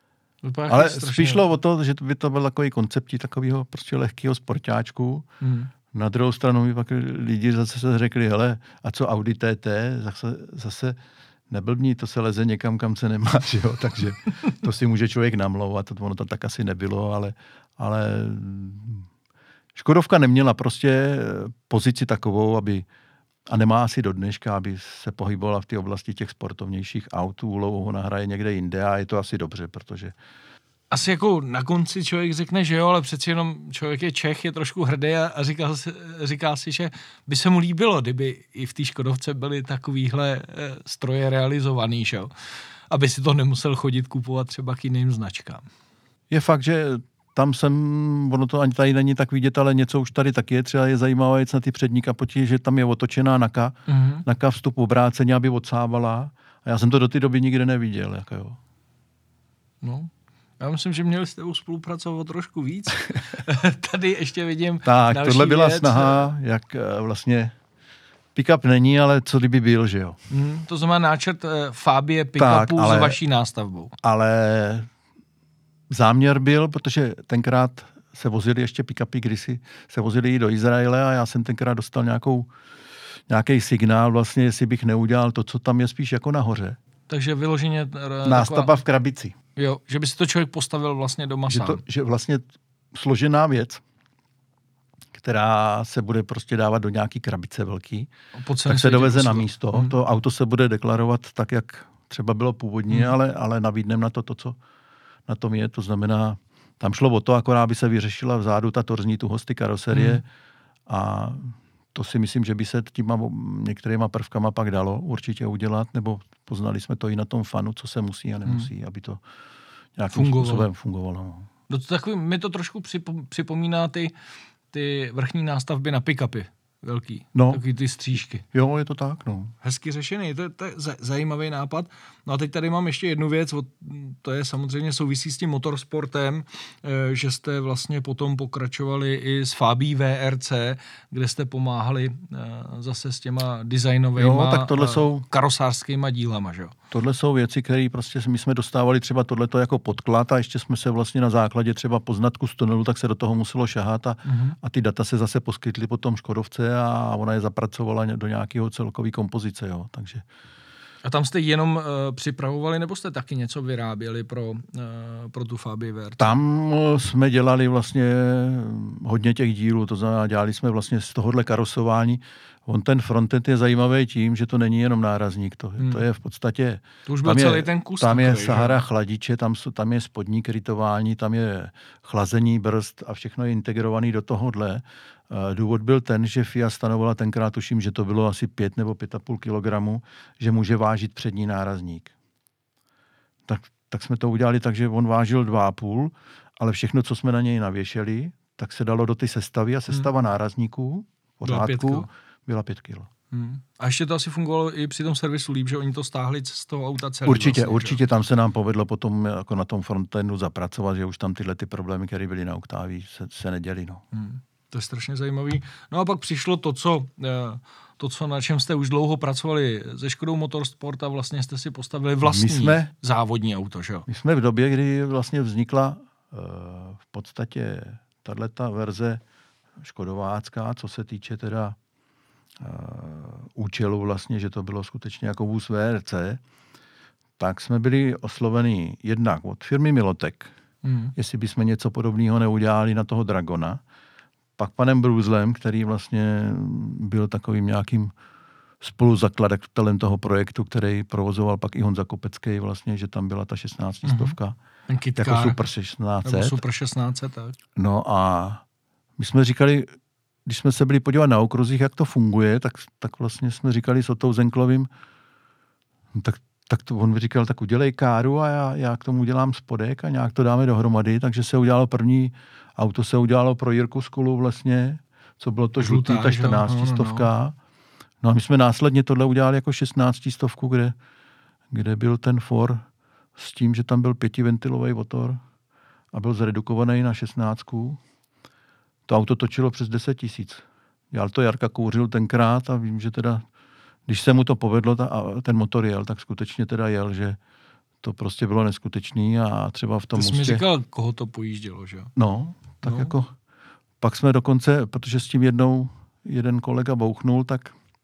Ale spíš šlo o to, že by to byl takový koncept takového prostě lehkého sportáčku. Hmm. Na druhou stranu mi pak lidi zase se řekli, hele, a co Audi T T, zase, zase neblbní, to se leze někam, kam se nemá, že jo, takže to si může člověk namlouvat, ono to tak asi nebylo, ale, ale Škodovka neměla prostě pozici takovou, aby, a nemá asi do dneška, aby se pohybovala v té oblasti těch sportovnějších aut, úlohu ho nahraje někde jinde a je to asi dobře, protože asi jako na konci člověk řekne, že jo, ale přeci jenom člověk je Čech, je trošku hrdý a, a říká, si, říká si, že by se mu líbilo, kdyby i v té Škodovce byly takovýhle e, stroje realizovaný, že jo, aby si to nemusel chodit kupovat třeba k jiným značkám. Je fakt, že tam jsem, ono to ani tady není tak vidět, ale něco už tady taky je, třeba je zajímavé věc na ty přední kapoti, že tam je otočená naka, mm-hmm. naka vstup obráceně, aby odsávala a já jsem to do té doby nikdy neviděl, jako jo. No. Já myslím, že měli s tebou spolupracovat trošku víc. Tady ještě vidím tak, další tohle byla věc. snaha, jak vlastně pick-up není, ale co kdyby byl, že jo. Mm, to znamená náčrt Fabie pick-upu s vaší nástavbou. Ale záměr byl, protože tenkrát se vozily ještě pick-upy, kdysi se vozily i do Izraele a já jsem tenkrát dostal nějakou, nějaký signál vlastně, jestli bych neudělal to, co tam je spíš jako nahoře. Takže vyloženě... Nástavba taková... v krabici. Jo, že by si to člověk postavil vlastně doma že sám. To, že vlastně složená věc, která se bude prostě dávat do nějaký krabice velký, tak se doveze na místo. Hmm. To auto se bude deklarovat tak, jak třeba bylo původně, hmm. ale, ale nabídneme na to, to, co na tom je. To znamená, tam šlo o to, akorát by se vyřešila vzadu ta torzní tuhost ty karoserie hmm. a to si myslím, že by se těma některýma prvkama pak dalo určitě udělat, nebo poznali jsme to i na tom fanu, co se musí a nemusí, hmm. aby to nějakým fungovalo. způsobem fungovalo. No to takový, mi to trošku připomíná ty, ty vrchní nástavby na pick-upy. Velký. No. Takový ty střížky. Jo, je to tak, no. Hezky řešený, to, to je zajímavý nápad. No a teď tady mám ještě jednu věc, to je samozřejmě souvisí s tím motorsportem, že jste vlastně potom pokračovali i s Fabí V R C, kde jste pomáhali zase s těma designovejma, tak tohle jsou, karosářskýma dílama, že jo? Tohle jsou věci, které prostě my jsme dostávali třeba tohleto jako podklad a ještě jsme se vlastně na základě třeba poznatku z tunelu, tak se do toho muselo šahat a, mm-hmm. a ty data se zase poskytly potom Škodovce a ona je zapracovala do nějakého celkový kompozice, jo, takže. A tam jste jenom uh, připravovali, nebo jste taky něco vyráběli pro, uh, pro tu Fabii V R C? Tam jsme dělali vlastně hodně těch dílů, to znamená, dělali jsme vlastně z tohohle karosování. On ten frontend je zajímavý tím, že to není jenom nárazník, to, hmm. to je v podstatě... To už byl celý je, ten kus. Tam je takový, Sahara že? Chladiče, tam, tam je spodní krytování, tam je chlazení brzd a všechno je integrovaný do tohohle. Důvod byl ten, že F I A stanovala tenkrát, tuším, že to bylo asi pět nebo pět a půl kilogramu, že může vážit přední nárazník. Tak, tak jsme to udělali tak, že on vážil dva a půl, ale všechno, co jsme na něj navěšeli, tak se dalo do ty sestavy a sestava hmm. nárazníků pořádku byla pět kilo. Hmm. A ještě to asi fungovalo i při tom servisu líp, že oni to stáhli z toho auta celý. Určitě, vlastně, určitě tam se nám povedlo potom jako na tom frontendu zapracovat, že už tam tyhle ty problémy, které byly na Octavii, se, se neděly. No. Hmm. To je strašně zajímavý. No a pak přišlo to, co, to, co na čem jste už dlouho pracovali se Škodou Motorsport a vlastně jste si postavili vlastní jsme, závodní auto, že jo? My jsme v době, kdy vlastně vznikla uh, v podstatě tato verze škodovácká, co se týče teda uh, účelu vlastně, že to bylo skutečně jako vůz V R C, tak jsme byli osloveni jednak od firmy Milotek, hmm. jestli bychom něco podobného neudělali na toho Dragona, pak panem Bruzlem, který vlastně byl takovým nějakým spoluzakladatelem toho projektu, který provozoval pak i Honza Kopecký vlastně, že tam byla ta šestnáctistovka. Mm-hmm. Jako Super šestnáct set. Nebo Super šestnáct set, tak. No a my jsme říkali, když jsme se byli podívat na okruzích, jak to funguje, tak, tak vlastně jsme říkali s Otou Zenklovým, tak, tak to on říkal, tak udělej káru a já, já k tomu udělám spodek a nějak to dáme dohromady, takže se udělalo první auto se udělalo pro Jirku Skulu vlastně, co bylo to žlutý, ta čtrnáctistovka. No, no. no a my jsme následně tohle udělali jako šestnáctistovku, kde, kde byl ten for s tím, že tam byl pětiventilový motor a byl zredukovaný na šestnáctku. To auto točilo přes deset tisíc. Dělal to Jarka Kouřil tenkrát a vím, že teda, když se mu to povedlo ta, a ten motor jel, tak skutečně teda jel, že to prostě bylo neskutečný a třeba v tom Ty jsi mi říkal, koho to pojíždělo, že? No, tak no. jako... Pak jsme dokonce, protože s tím jednou jeden kolega bouchnul, tak,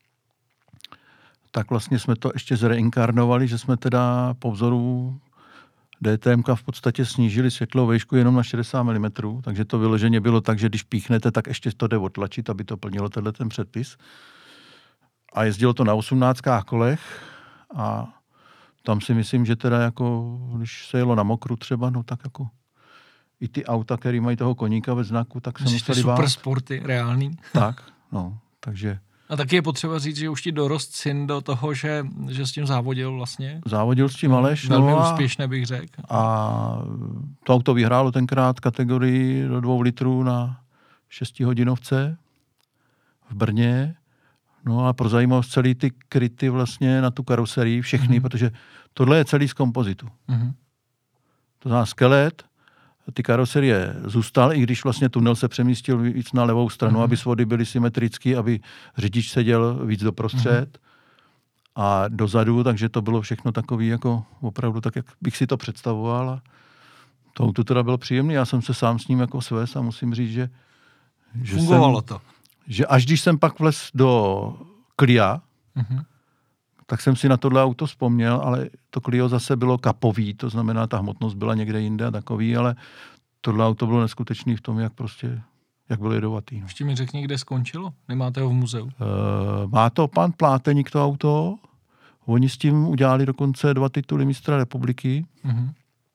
tak vlastně jsme to ještě zreinkarnovali, že jsme teda po vzoru DTMka v podstatě snížili světlou výšku jenom na šedesát milimetrů, takže to vyloženě bylo tak, že když píchnete, tak ještě to jde otlačit, aby to plnilo tenhle ten předpis. A jezdilo to na osmnáctkách kolech a tam si myslím, že teda jako, když se jelo na mokru třeba, no tak jako i ty auta, které mají toho koníka ve znaku, tak se museli bát. Super sporty, reální. Tak, no, takže... A taky je potřeba říct, že už ti dorost syn do toho, že, že s tím závodil vlastně. Závodil s tím Aleš. Velmi no a, úspěšně, bych řekl. A to auto vyhrálo tenkrát kategorii do dvou litrů na šestihodinovce v Brně. No a pro zajímavost celý ty kryty vlastně na tu karoserii, všechny, mm-hmm. protože tohle je celý z kompozitu. Mm-hmm. To znamená skelet, ty karoserie zůstal, i když vlastně tunel se přemístil víc na levou stranu, mm-hmm. aby svody byly symetrický, aby řidič seděl víc doprostřed mm-hmm. a dozadu, takže to bylo všechno takový jako opravdu tak, jak bych si to představoval. To auto teda bylo příjemné, já jsem se sám s ním jako svést a musím říct, že... že Fungovalo jsem, to. Že až když jsem pak vlez do Clia, uh-huh. tak jsem si na tohle auto vzpomněl, ale to Clio zase bylo kapový, to znamená, ta hmotnost byla někde jinde a takový, ale tohle auto bylo neskutečný v tom, jak prostě, jak byl jedovatý. No. Ještě mi řekni, kde skončilo? Nemáte ho v muzeu? Uh, má to pan Pláteník, to auto. Oni s tím udělali dokonce dva tituly mistra republiky. Uh-huh.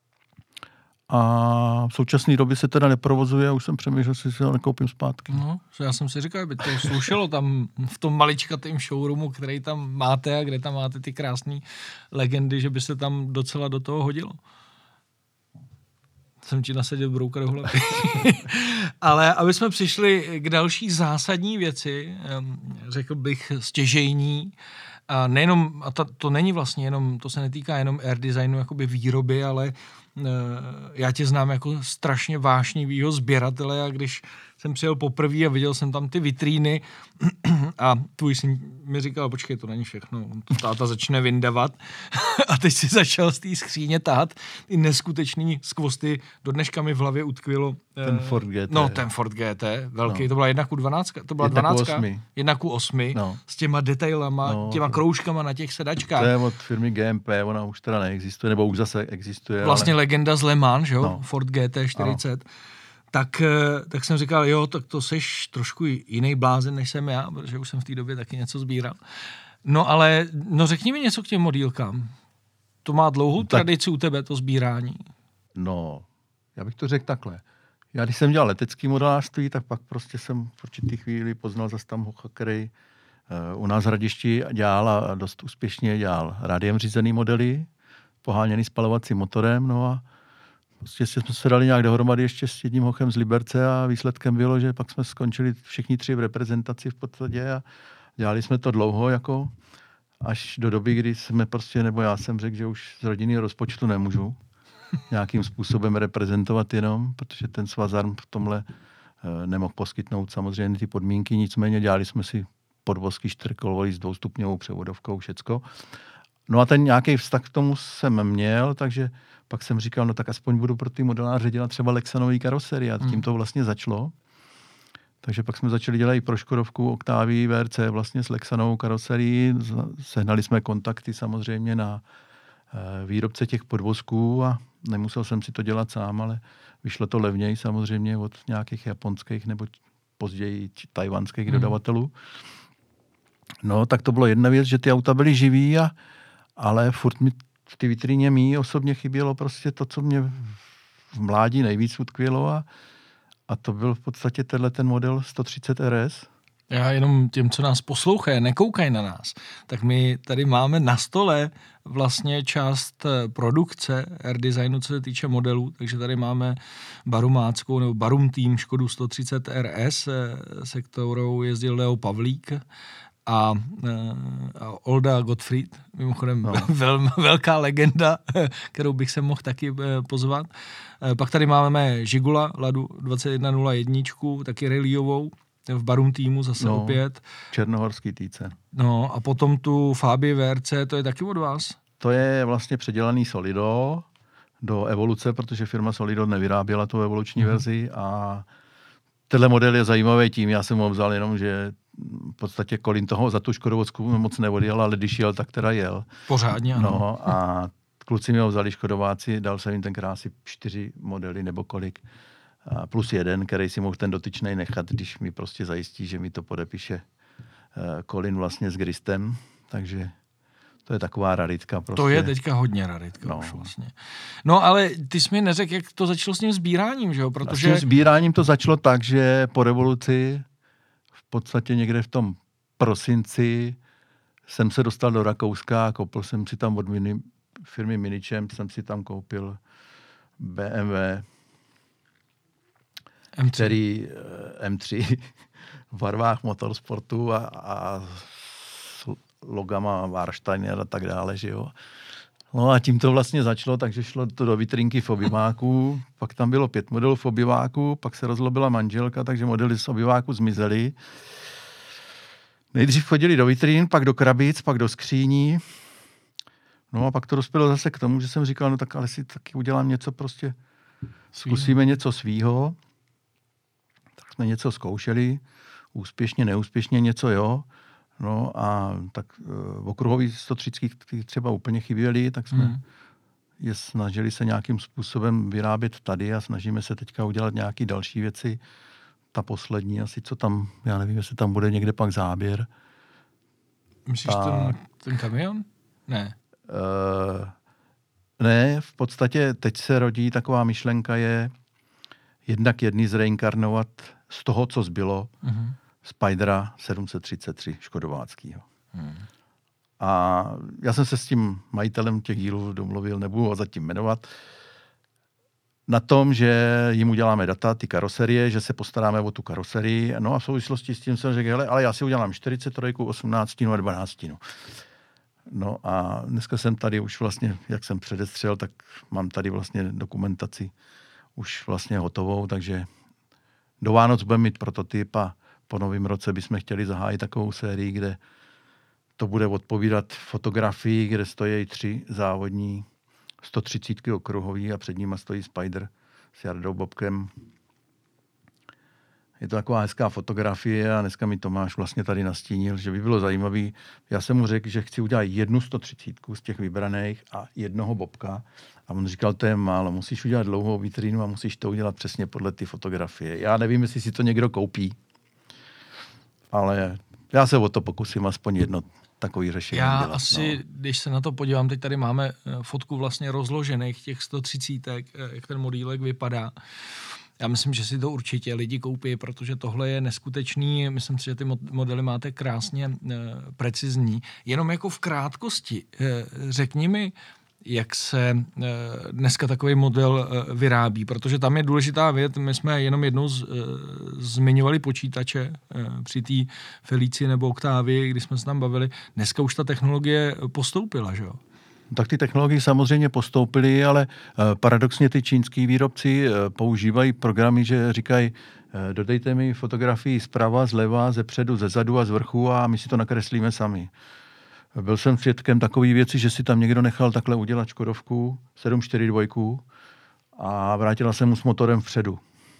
A v současné době se teda neprovozuje a už jsem přemýšlel, že si ho nekoupím zpátky. No, já jsem si říkal, aby to slušelo tam v tom maličkatém showroomu, který tam máte a kde tam máte ty krásné legendy, že by se tam docela do toho hodilo. Jsem ti nasadil brouka do hlavy. Ale aby jsme přišli k další zásadní věci, řekl bych stěžejní, a nejenom, a to, to není vlastně jenom, to se netýká jenom air designu, jakoby výroby, ale uh, já tě znám jako strašně vášnivýho sběratele a když jsem přijel poprvé a viděl jsem tam ty vitríny a tvůj syn mi říkal, počkej, to není všechno, on to táta začne vyndavat a teď si začal z té skříně tahat ty neskutečný skvosty, do dneška mi v hlavě utkvělo. Ten Ford G T. No, ten Ford G T, velký, no. To byla jedna ku dvanáct, to byla dvanáct, jedna ku osmi, no. S těma detailama, no, těma kroužkama na těch sedačkách. To je od firmy G M P, ona už teda neexistuje, nebo už zase existuje. Vlastně ale... legenda z Le Mans, že jo, no. Ford G T čtyřicet. No. Tak, tak jsem říkal, jo, tak to seš trošku jiný blázen, než jsem já, protože už jsem v té době taky něco sbíral. No ale, no řekni mi něco k těm modílkám. To má dlouhou tak... tradici u tebe, to sbírání. No, já bych to řekl takhle. Já když jsem dělal letecký modelářství, tak pak prostě jsem v určitý chvíli poznal zase tam hocha, který uh, u nás v Hradišti dělal a dost úspěšně dělal rádiem řízený modely, poháněný spalovacím motorem, no a prostě jsme se dali nějak dohromady ještě s jedním hochem z Liberce a výsledkem bylo, že pak jsme skončili všichni tři v reprezentaci v podstatě a dělali jsme to dlouho jako až do doby, kdy jsme prostě, nebo já jsem řekl, že už z rodinného rozpočtu nemůžu nějakým způsobem reprezentovat jenom, protože ten Svazarm v tomhle e, nemohl poskytnout samozřejmě ty podmínky, nicméně dělali jsme si podvozky čtyřkolový s dvoustupňovou převodovkou, všecko. No a ten nějaký vztah k tomu jsem měl, takže pak jsem říkal, no tak aspoň budu pro ty modeláře dělat třeba Lexanový karoserie a tím to vlastně začalo. Takže pak jsme začali dělat i pro Škodovku Octavii V R C vlastně s Lexanovou karoserií. Sehnali jsme kontakty samozřejmě na výrobce těch podvozků a nemusel jsem si to dělat sám, ale vyšlo to levněji samozřejmě od nějakých japonských nebo později tajvanských hmm. dodavatelů. No tak to bylo jedna věc, že ty auta byly živý, a, ale furt mi v té vitríně mý osobně chybělo prostě to, co mě v mládí nejvíc utkvělo a, a to byl v podstatě tenhle ten model sto třicet R S. Já jenom těm, co nás poslouchají, nekoukají na nás, tak my tady máme na stole vlastně část produkce air designu, co se týče modelů, takže tady máme barumáckou nebo Barum Team Škodu sto třicet R S, se kterou jezdil Leo Pavlík a, a Olda Gottfried, mimochodem no. vel, velká legenda, kterou bych se mohl taky pozvat. Pak tady máme Žigula Ladu dvacet jedna nula jedna, taky rallyovou, v Barum týmu zase no, opět. Černohorský týce. No a potom tu Fabie V R C, to je taky od vás? To je vlastně předělaný Solido do Evoluce, protože firma Solido nevyráběla tu evoluční mm-hmm. verzi a tenhle model je zajímavý tím, já jsem ho vzal jenom, že v podstatě Colin toho za tu Škodovocku moc neodjel, ale když jel, tak teda jel. Pořádně, ano. No a kluci mi ho vzali Škodováci, dal jsem jim tenkrát asi čtyři modely nebo kolik. A plus jeden, který si mohl ten dotyčnej nechat, když mi prostě zajistí, že mi to podepíše uh, Colin vlastně s Gristem, takže to je taková raritka. Prostě. To je teďka hodně raritka no. už vlastně. No ale ty jsi mi neřekl, jak to začalo s tím sbíráním, že jo? Protože... A s tím sbíráním to začalo tak, že po revoluci v podstatě někde v tom prosinci jsem se dostal do Rakouska a koupil jsem si tam od mini, firmy Minichamp, jsem si tam koupil B M W M tři. Který M tři v barvách motorsportu a, a s logama Warsteiner a tak dále, že jo. No a tím to vlastně začalo, takže šlo to do vitrínky v obyváku, pak tam bylo pět modelů v obyváku, pak se rozlobila manželka, takže modely z obyváku zmizely. Nejdřív chodili do vitrín, pak do krabic, pak do skříní. No a pak to dospělo zase k tomu, že jsem říkal, no tak ale si taky udělám něco prostě zkusíme něco svýho, tak jsme něco zkoušeli, úspěšně, neúspěšně něco, jo. No a tak uh, okruhový sto třicet třeba úplně chyběly, tak jsme hmm. je snažili se nějakým způsobem vyrábět tady a snažíme se teďka udělat nějaké další věci. Ta poslední asi, co tam, já nevím, jestli tam bude někde pak záběr. Myslíš Ta... ten, ten kamion? Ne. Uh, ne, v podstatě teď se rodí taková myšlenka je jednak jedný zreinkarnovat z toho, co zbylo, uh-huh. Spidera sedm set třicet tři Škodováckýho. Hmm. A já jsem se s tím majitelem těch dílů domluvil, nebudu ho zatím jmenovat, na tom, že jim uděláme data, ty karoserie, že se postaráme o tu karoserii. No a v souvislosti s tím jsem řekl, hele, ale já si udělám čtyřicet tři, osmnáct a dvanáct. No a dneska jsem tady už vlastně, jak jsem předestřel, tak mám tady vlastně dokumentaci už vlastně hotovou, takže do Vánoc budeme mít prototyp a po novém roce bychom chtěli zahájit takovou sérii, kde to bude odpovídat fotografii, kde stojí tři závodní sto třicet okruhový a před nima stojí Spider s Jardou Bobkem. Je to taková hezká fotografie a dneska mi Tomáš vlastně tady nastínil, že by bylo zajímavý. Já jsem mu řekl, že chci udělat jednu sto třicet z těch vybraných a jednoho Bobka. A on říkal, to je málo, musíš udělat dlouhou vitrínu a musíš to udělat přesně podle ty fotografie. Já nevím, jestli si to někdo koupí, ale já se o to pokusím aspoň jedno takový řešení Já dělat. asi, no. Když se na to podívám, teď tady máme fotku vlastně rozložených těch sto třicet, jak ten modílek vypadá. Já myslím, že si to určitě lidi koupí, protože tohle je neskutečný. Myslím si, že ty modely máte krásně e, precizní. Jenom jako v krátkosti, e, řekni mi, jak se e, dneska takový model e, vyrábí, protože tam je důležitá věc. My jsme jenom jednou z, e, zmiňovali počítače e, při té Felici nebo Octavii, kdy jsme se tam bavili. Dneska už ta technologie postoupila, že jo? Tak ty technologie samozřejmě postoupily, ale paradoxně ty čínský výrobci používají programy, že říkají, dodejte mi fotografii zprava, zleva, ze předu, ze zadu a z vrchu a my si to nakreslíme sami. Byl jsem svědkem takové věci, že si tam někdo nechal takhle udělat Škodovku sedm čtyři dva a vrátila se mu s motorem vpředu.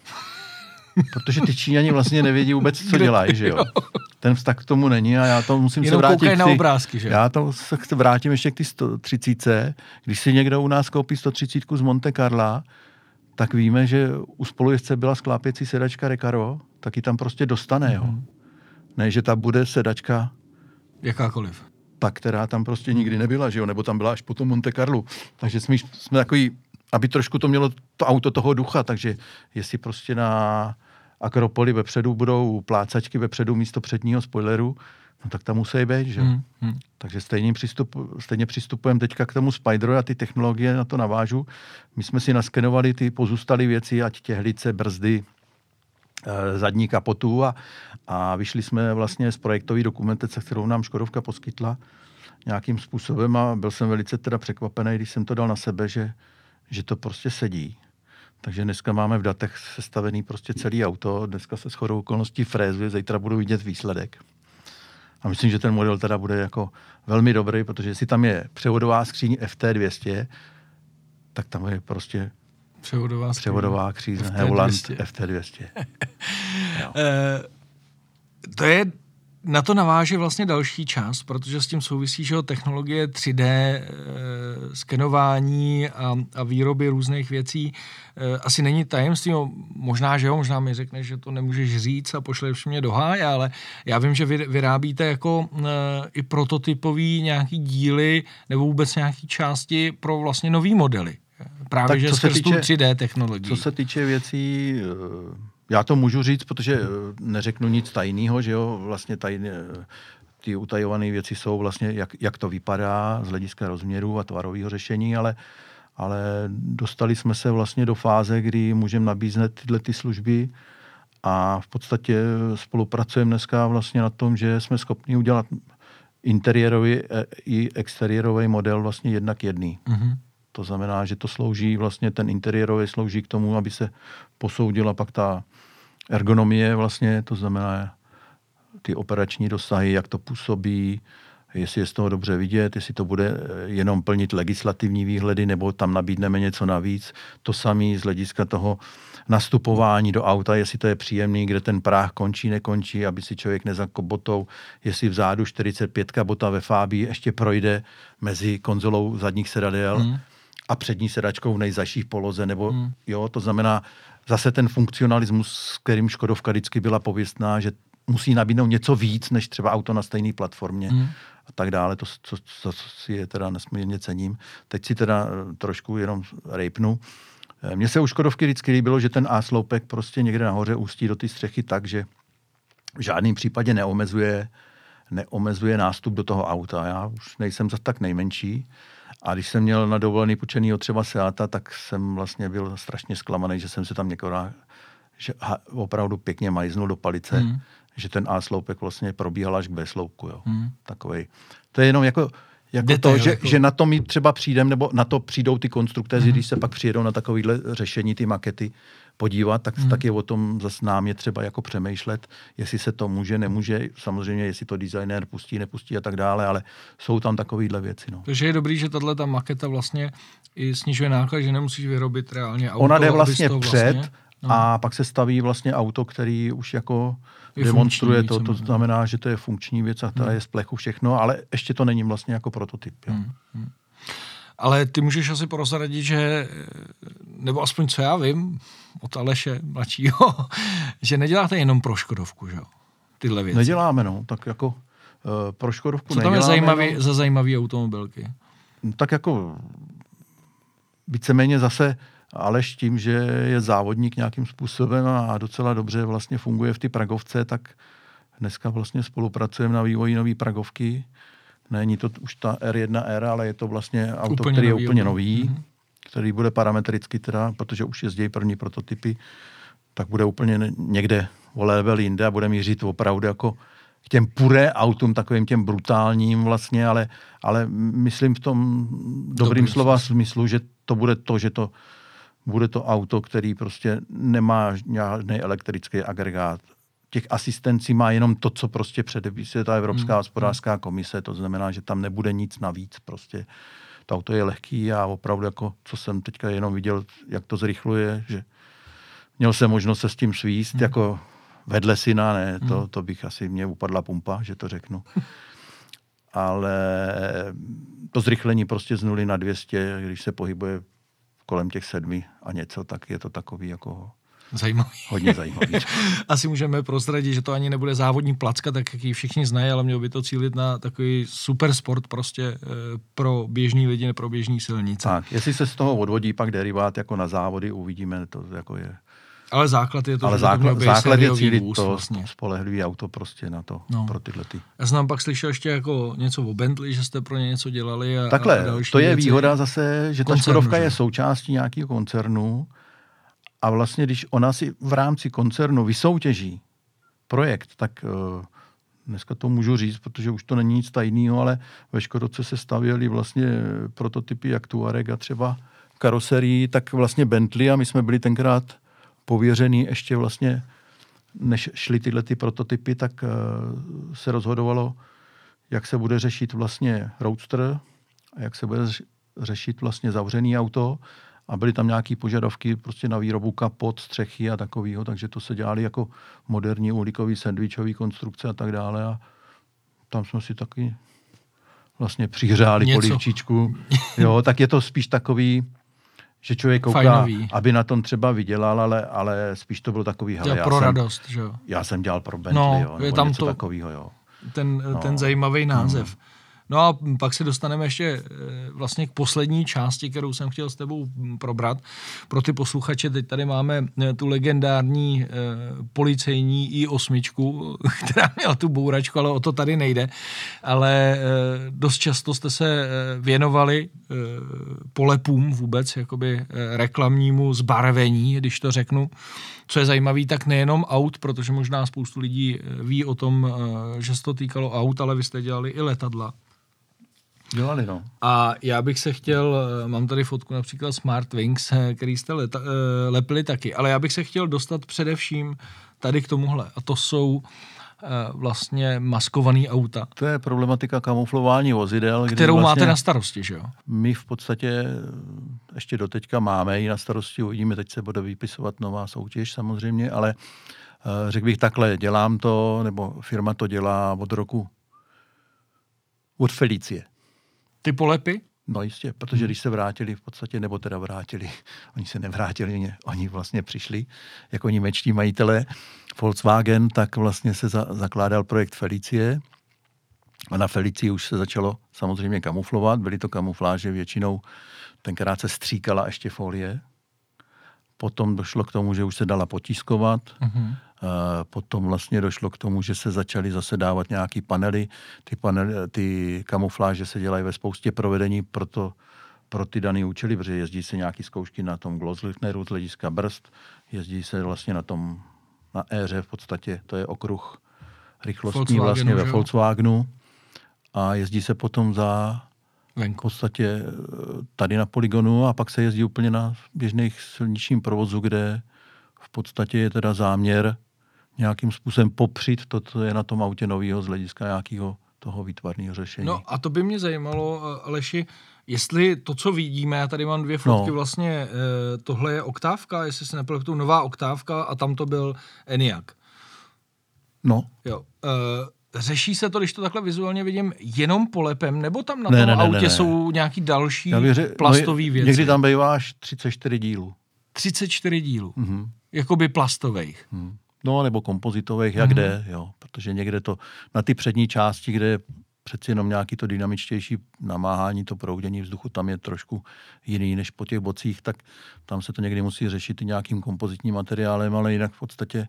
Protože ty Číňani vlastně nevědí vůbec, co dělají, že jo. Ten vztah k tomu není a já to musím jenom se vrátit k na obrázky, že? Já to se vrátím ještě k ty sto třicet. Když si někdo u nás koupí sto třicet z Monte Carla, tak víme, že u spolujezdce byla sklápěcí sedačka Recaro, tak ji tam prostě dostane, mm-hmm. jo. Ne, že ta bude sedačka jakákoliv. Ta, která tam prostě nikdy nebyla, že jo, nebo tam byla až po tom Monte Carlu. Takže jsme, jsme takový, aby trošku to mělo to auto toho ducha, takže jestli prostě na Akropoli vepředu budou plácačky vepředu místo předního spoileru, no tak tam musí být, že? Hmm, hmm. Takže stejně, přistup, stejně přistupujeme teďka k tomu Spideru a ty technologie na to navážu. My jsme si naskenovali ty pozůstalé věci, ať těhlice, brzdy, eh, zadní kapotu a, a vyšli jsme vlastně z projektové dokumentace, kterou nám Škodovka poskytla nějakým způsobem a byl jsem velice teda překvapený, když jsem to dal na sebe, že, že to prostě sedí. Takže dneska máme v datech sestavený prostě celý auto, dneska se shodou okolností frézuje, zítra budu vidět výsledek. A myslím, že ten model teda bude jako velmi dobrý, protože jestli tam je převodová skříň F T dvě stě, tak tam je prostě převodová, převodová skříň Heuland F T dvě stě. e, to je Na to naváže vlastně další část, protože s tím souvisí, že technologie tři dé, e, skenování a, a výroby různých věcí e, asi není tajemství. Možná, že jo, možná mi řekneš, že to nemůžeš říct a pošleš mě do háje, ale já vím, že vy vyrábíte jako e, i prototypový nějaký díly nebo vůbec nějaký části pro vlastně nový modely. Právě, tak že skrz tu tři dé technologii. Co se týče věcí... Já to můžu říct, protože neřeknu nic tajného, že jo, vlastně tajné, ty utajované věci jsou vlastně, jak, jak to vypadá z hlediska rozměru a tvarového řešení, ale, ale dostali jsme se vlastně do fáze, kdy můžeme nabízet tyhle ty služby a v podstatě spolupracujeme dneska vlastně na tom, že jsme schopni udělat interiérový i exteriérový model vlastně jednak jedný. Mm-hmm. To znamená, že to slouží vlastně, ten interiérový slouží k tomu, aby se posoudila pak ta ergonomie vlastně, to znamená ty operační dosahy, jak to působí, jestli je z toho dobře vidět, jestli to bude jenom plnit legislativní výhledy, nebo tam nabídneme něco navíc. To samé z hlediska toho nastupování do auta, jestli to je příjemný, kde ten práh končí, nekončí, aby si člověk nezakobotou, jestli vzadu čtyřicet pět bota ve Fabii ještě projde mezi konzolou zadních sedadel hmm. a přední sedačkou v nejzašší poloze, nebo hmm. jo, to znamená zase ten funkcionalismus, s kterým Škodovka vždycky byla pověstná, že musí nabídnout něco víc, než třeba auto na stejné platformě hmm. a tak dále, to, co, co si je teda nesmírně cením. Teď si teda trošku jenom rejpnu. Mně se u Škodovky vždycky líbilo, že ten A-sloupek prostě někde nahoře ústí do té střechy tak, že v žádném případě neomezuje, neomezuje nástup do toho auta. Já už nejsem zase tak nejmenší a když jsem měl na dovolený půjčenýho třeba Seata, tak jsem vlastně byl strašně zklamaný, že jsem se tam někoho že opravdu pěkně majznul do palice, hmm. že ten A-sloupek vlastně probíhal až k B-sloupku. Jo. Hmm. Takovej. To je jenom jako Jako Detail, to, že, jako... že na to my třeba přijdeme, nebo na to přijdou ty konstruktéři, mm-hmm. když se pak přijedou na takovýhle řešení, ty makety podívat, tak, mm-hmm. tak je o tom zase nám je třeba jako přemýšlet, jestli se to může, nemůže, samozřejmě, jestli to designér pustí, nepustí a tak dále, ale jsou tam takovýhle věci. No. Takže je dobrý, že tato maketa vlastně i snižuje náklad, že nemusíš vyrobit reálně auto. Ona jde vlastně před vlastně, no. a pak se staví vlastně auto, který už jako je demonstruje to, to znamená, že to je funkční věc a to hmm. je z plechu všechno, ale ještě to není vlastně jako prototyp. Jo. Hmm. Hmm. Ale ty můžeš asi prozradit, že, nebo aspoň co já vím, od Aleše mladšího, že neděláte jenom pro Škodovku, že jo? Tyhle věci. Neděláme, no, tak jako uh, pro Škodovku co neděláme. Co tam je zajímavý, no, za zajímavý automobilky? Tak jako víceméně zase Aleš tím, že je závodník nějakým způsobem a docela dobře vlastně funguje v ty Pragovce, tak dneska vlastně spolupracujeme na vývoji nové Pragovky. Není to už ta R jedna R, ale je to vlastně auto, úplně který nový, je úplně nový, mm-hmm. který bude parametricky teda, protože už jezdí první prototypy, tak bude úplně někde o level jinde a bude mířit opravdu jako k těm puré autům, takovým těm brutálním vlastně, ale, ale myslím v tom dobrým Dobrý slova smyslu, že to bude to, že to bude to auto, který prostě nemá žádný elektrický agregát. Těch asistencí má jenom to, co prostě předepisuje ta Evropská hmm. hospodářská komise, to znamená, že tam nebude nic navíc. Prostě to auto je lehký a opravdu, jako, co jsem teďka jenom viděl, jak to zrychluje, že měl jsem možnost se s tím svíst, hmm. jako vedle syna, ne, to, hmm. to bych asi mě upadla pumpa, že to řeknu. Ale to zrychlení prostě z nuly na dvě stě, když se pohybuje kolem těch sedmi a něco, tak je to takový jako zajímavý. Hodně zajímavý. Asi můžeme prozradit, že to ani nebude závodní placka, tak jak ji všichni znají, ale mělo by to cílit na takový super sport prostě e, pro běžný lidi, ne pro běžný silnice. Tak, jestli se z toho odvodí pak derivát jako na závody, uvidíme, to jako je. Ale základ je to, ale že základ, to základ je cílit vůz, to vlastně. Spolehlivý auto prostě na to, no. pro tyhle ty. Já jsem pak slyšel ještě jako něco o Bentley, že jste pro ně něco dělali. A, Takhle, a další to je věci. Výhoda zase, že ta koncernu, Škodovka že? Je součástí nějakého koncernu a vlastně, když ona si v rámci koncernu vysoutěží projekt, tak uh, dneska to můžu říct, protože už to není nic tajného, ale ve Škodovce se stavěly vlastně prototypy jak Touareg a třeba karoserii, tak vlastně Bentley a my jsme byli tenkrát pověřený ještě vlastně, než šly tyhle ty prototypy, tak uh, se rozhodovalo, jak se bude řešit vlastně Roadster a jak se bude řešit vlastně zavřený auto a byly tam nějaké požadavky prostě na výrobu kapot, střechy a takového, takže to se dělali jako moderní uhlíkový sandvičový konstrukce a tak dále a tam jsme si taky vlastně přihřáli polivčičku. Jo, tak je to spíš takový, že člověk kouká, fajnový. Aby na tom třeba vydělal, ale, ale spíš to bylo takový, hele, já, pro jsem, radost, že jo? Já jsem dělal pro Bentley, no, jo, nebo je tam něco to, takovýho, jo. Ten, no. ten zajímavý název. Hmm. No a pak se dostaneme ještě vlastně k poslední části, kterou jsem chtěl s tebou probrat. Pro ty posluchače, teď tady máme tu legendární eh, policejní I osm, která měla tu bouračku, ale o to tady nejde. Ale eh, dost často jste se věnovali eh, polepům vůbec, jakoby eh, reklamnímu zbarvení, když to řeknu. Co je zajímavý, tak nejenom aut, protože možná spoustu lidí ví o tom, eh, že se to týkalo aut, ale vy jste dělali i letadla. Dělali, no. A já bych se chtěl, mám tady fotku například Smart Wings, který jste leta, lepili taky, ale já bych se chtěl dostat především tady k tomuhle. A to jsou vlastně maskovaný auta. To je problematika kamuflování vozidel. Kterou vlastně máte na starosti, že jo? My v podstatě ještě doteďka máme ji na starosti, uvidíme, teď se bude vypisovat nová soutěž samozřejmě, ale řekl bych takhle, dělám to, nebo firma to dělá od roku, od Felicie. Ty polepy? No jistě, protože když se vrátili v podstatě, nebo teda vrátili, oni se nevrátili, oni vlastně přišli jako němečtí majitelé Volkswagen, tak vlastně se za, zakládal projekt Felicie a na Felicii už se začalo samozřejmě kamuflovat, byly to kamufláže většinou, tenkrát se stříkala ještě folie, potom došlo k tomu, že už se dala potiskovat, uh-huh. Potom vlastně došlo k tomu, že se začaly zase dávat nějaký panely. Ty, panely, ty kamufláže se dělají ve spoustě provedení proto, pro ty dané účely, protože jezdí se nějaký zkoušky na tom Glosslichtneru z hlediska brzd, jezdí se vlastně na tom, na éře v podstatě, to je okruh rychlostní vlastně ve Volkswagenu a jezdí se potom za venku. V podstatě tady na polygonu a pak se jezdí úplně na běžných silničním provozu, kde v podstatě je teda záměr nějakým způsobem popřít to, co je na tom autě novýho z hlediska nějakého toho výtvarného řešení. No a to by mě zajímalo, Aleši, jestli to, co vidíme, já tady mám dvě fotky, no. vlastně tohle je oktávka, jestli se nepletu, nová oktávka a tam to byl Enyaq. No. Jo. Řeší se to, když to takhle vizuálně vidím, jenom polepem, nebo tam na ne, tom ne, ne, autě ne, ne. jsou nějaký další ře- plastové no, věci? Někdy tam bývá až třicet čtyři dílů. třicet čtyři dílů? Mm-hmm. Jakoby plastových? Mm. No, nebo kompozitových, jak mm-hmm. kde, jo. Protože někde to, na ty přední části, kde je přeci jenom nějaký to dynamičtější namáhání, to proudění vzduchu, tam je trošku jiný než po těch bocích, tak tam se to někdy musí řešit i nějakým kompozitním materiálem, ale jinak v podstatě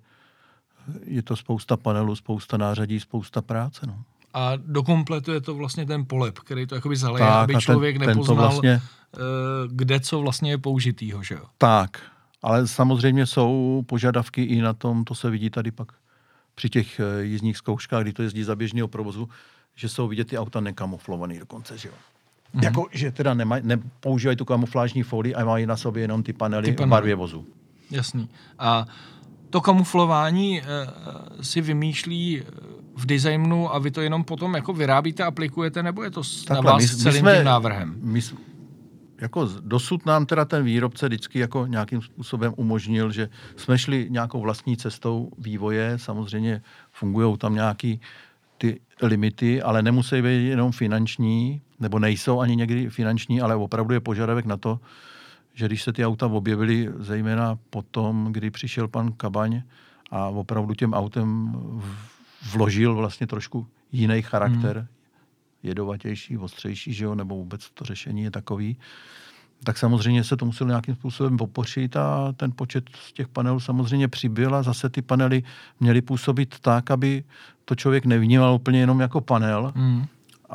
je to spousta panelů, spousta nářadí, spousta práce, no. A dokompletuje to vlastně ten polep, který to jakoby zaleje, tak, aby člověk ten, nepoznal, vlastně, kde co vlastně je použitýho, že jo? Tak, ale samozřejmě jsou požadavky i na tom, to se vidí tady pak při těch jízdních zkouškách, kdy to jezdí za běžného provozu, že jsou vidět ty auta nekamuflovaný dokonce, že jo? Mm-hmm. Jako, že teda nemaj, nepoužívají tu kamuflážní folii a mají na sobě jenom ty panely, ty panely. V barvě vozu. Jasný. A to kamuflování e, si vymýšlí v designu a vy to jenom potom jako vyrábíte, aplikujete, nebo je to Takhle, na vás my, celým my jsme, tím návrhem? My, jako dosud nám teda ten výrobce vždycky jako nějakým způsobem umožnil, že jsme šli nějakou vlastní cestou vývoje, samozřejmě fungují tam nějaký ty limity, ale nemusí být jenom finanční, nebo nejsou ani někdy finanční, ale opravdu je požadavek na to, že když se ty auta objevily, zejména potom, kdy přišel pan Kabaň a opravdu těm autem vložil vlastně trošku jiný charakter, hmm. jedovatější, ostřejší, že jo, nebo vůbec to řešení je takový, tak samozřejmě se to muselo nějakým způsobem popořit a ten počet z těch panelů samozřejmě přibyl a zase ty panely měly působit tak, aby to člověk nevnímal úplně jenom jako panel, hmm.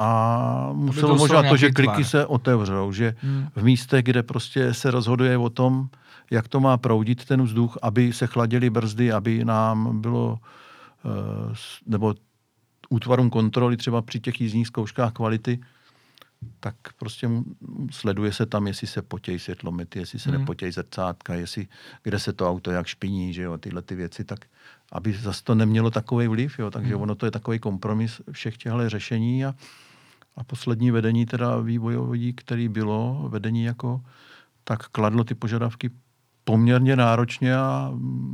a muselo možná to, že kliky se otevřou, že hmm. v místech, kde prostě se rozhoduje o tom, jak to má proudit ten vzduch, aby se chladily brzdy, aby nám bylo, nebo útvarům kontroly třeba při těch jízdních zkouškách kvality, tak prostě sleduje se tam, jestli se potějí světlomety, jestli se hmm. nepotějí zrcátka, jestli, kde se to auto jak špiní, že jo, tyhle ty věci, tak aby zase to nemělo takový vliv, jo, takže hmm. ono to je takový kompromis všech těchto řešení a, a poslední vedení teda vývojový, který bylo, vedení jako, tak kladlo ty požadavky poměrně náročně a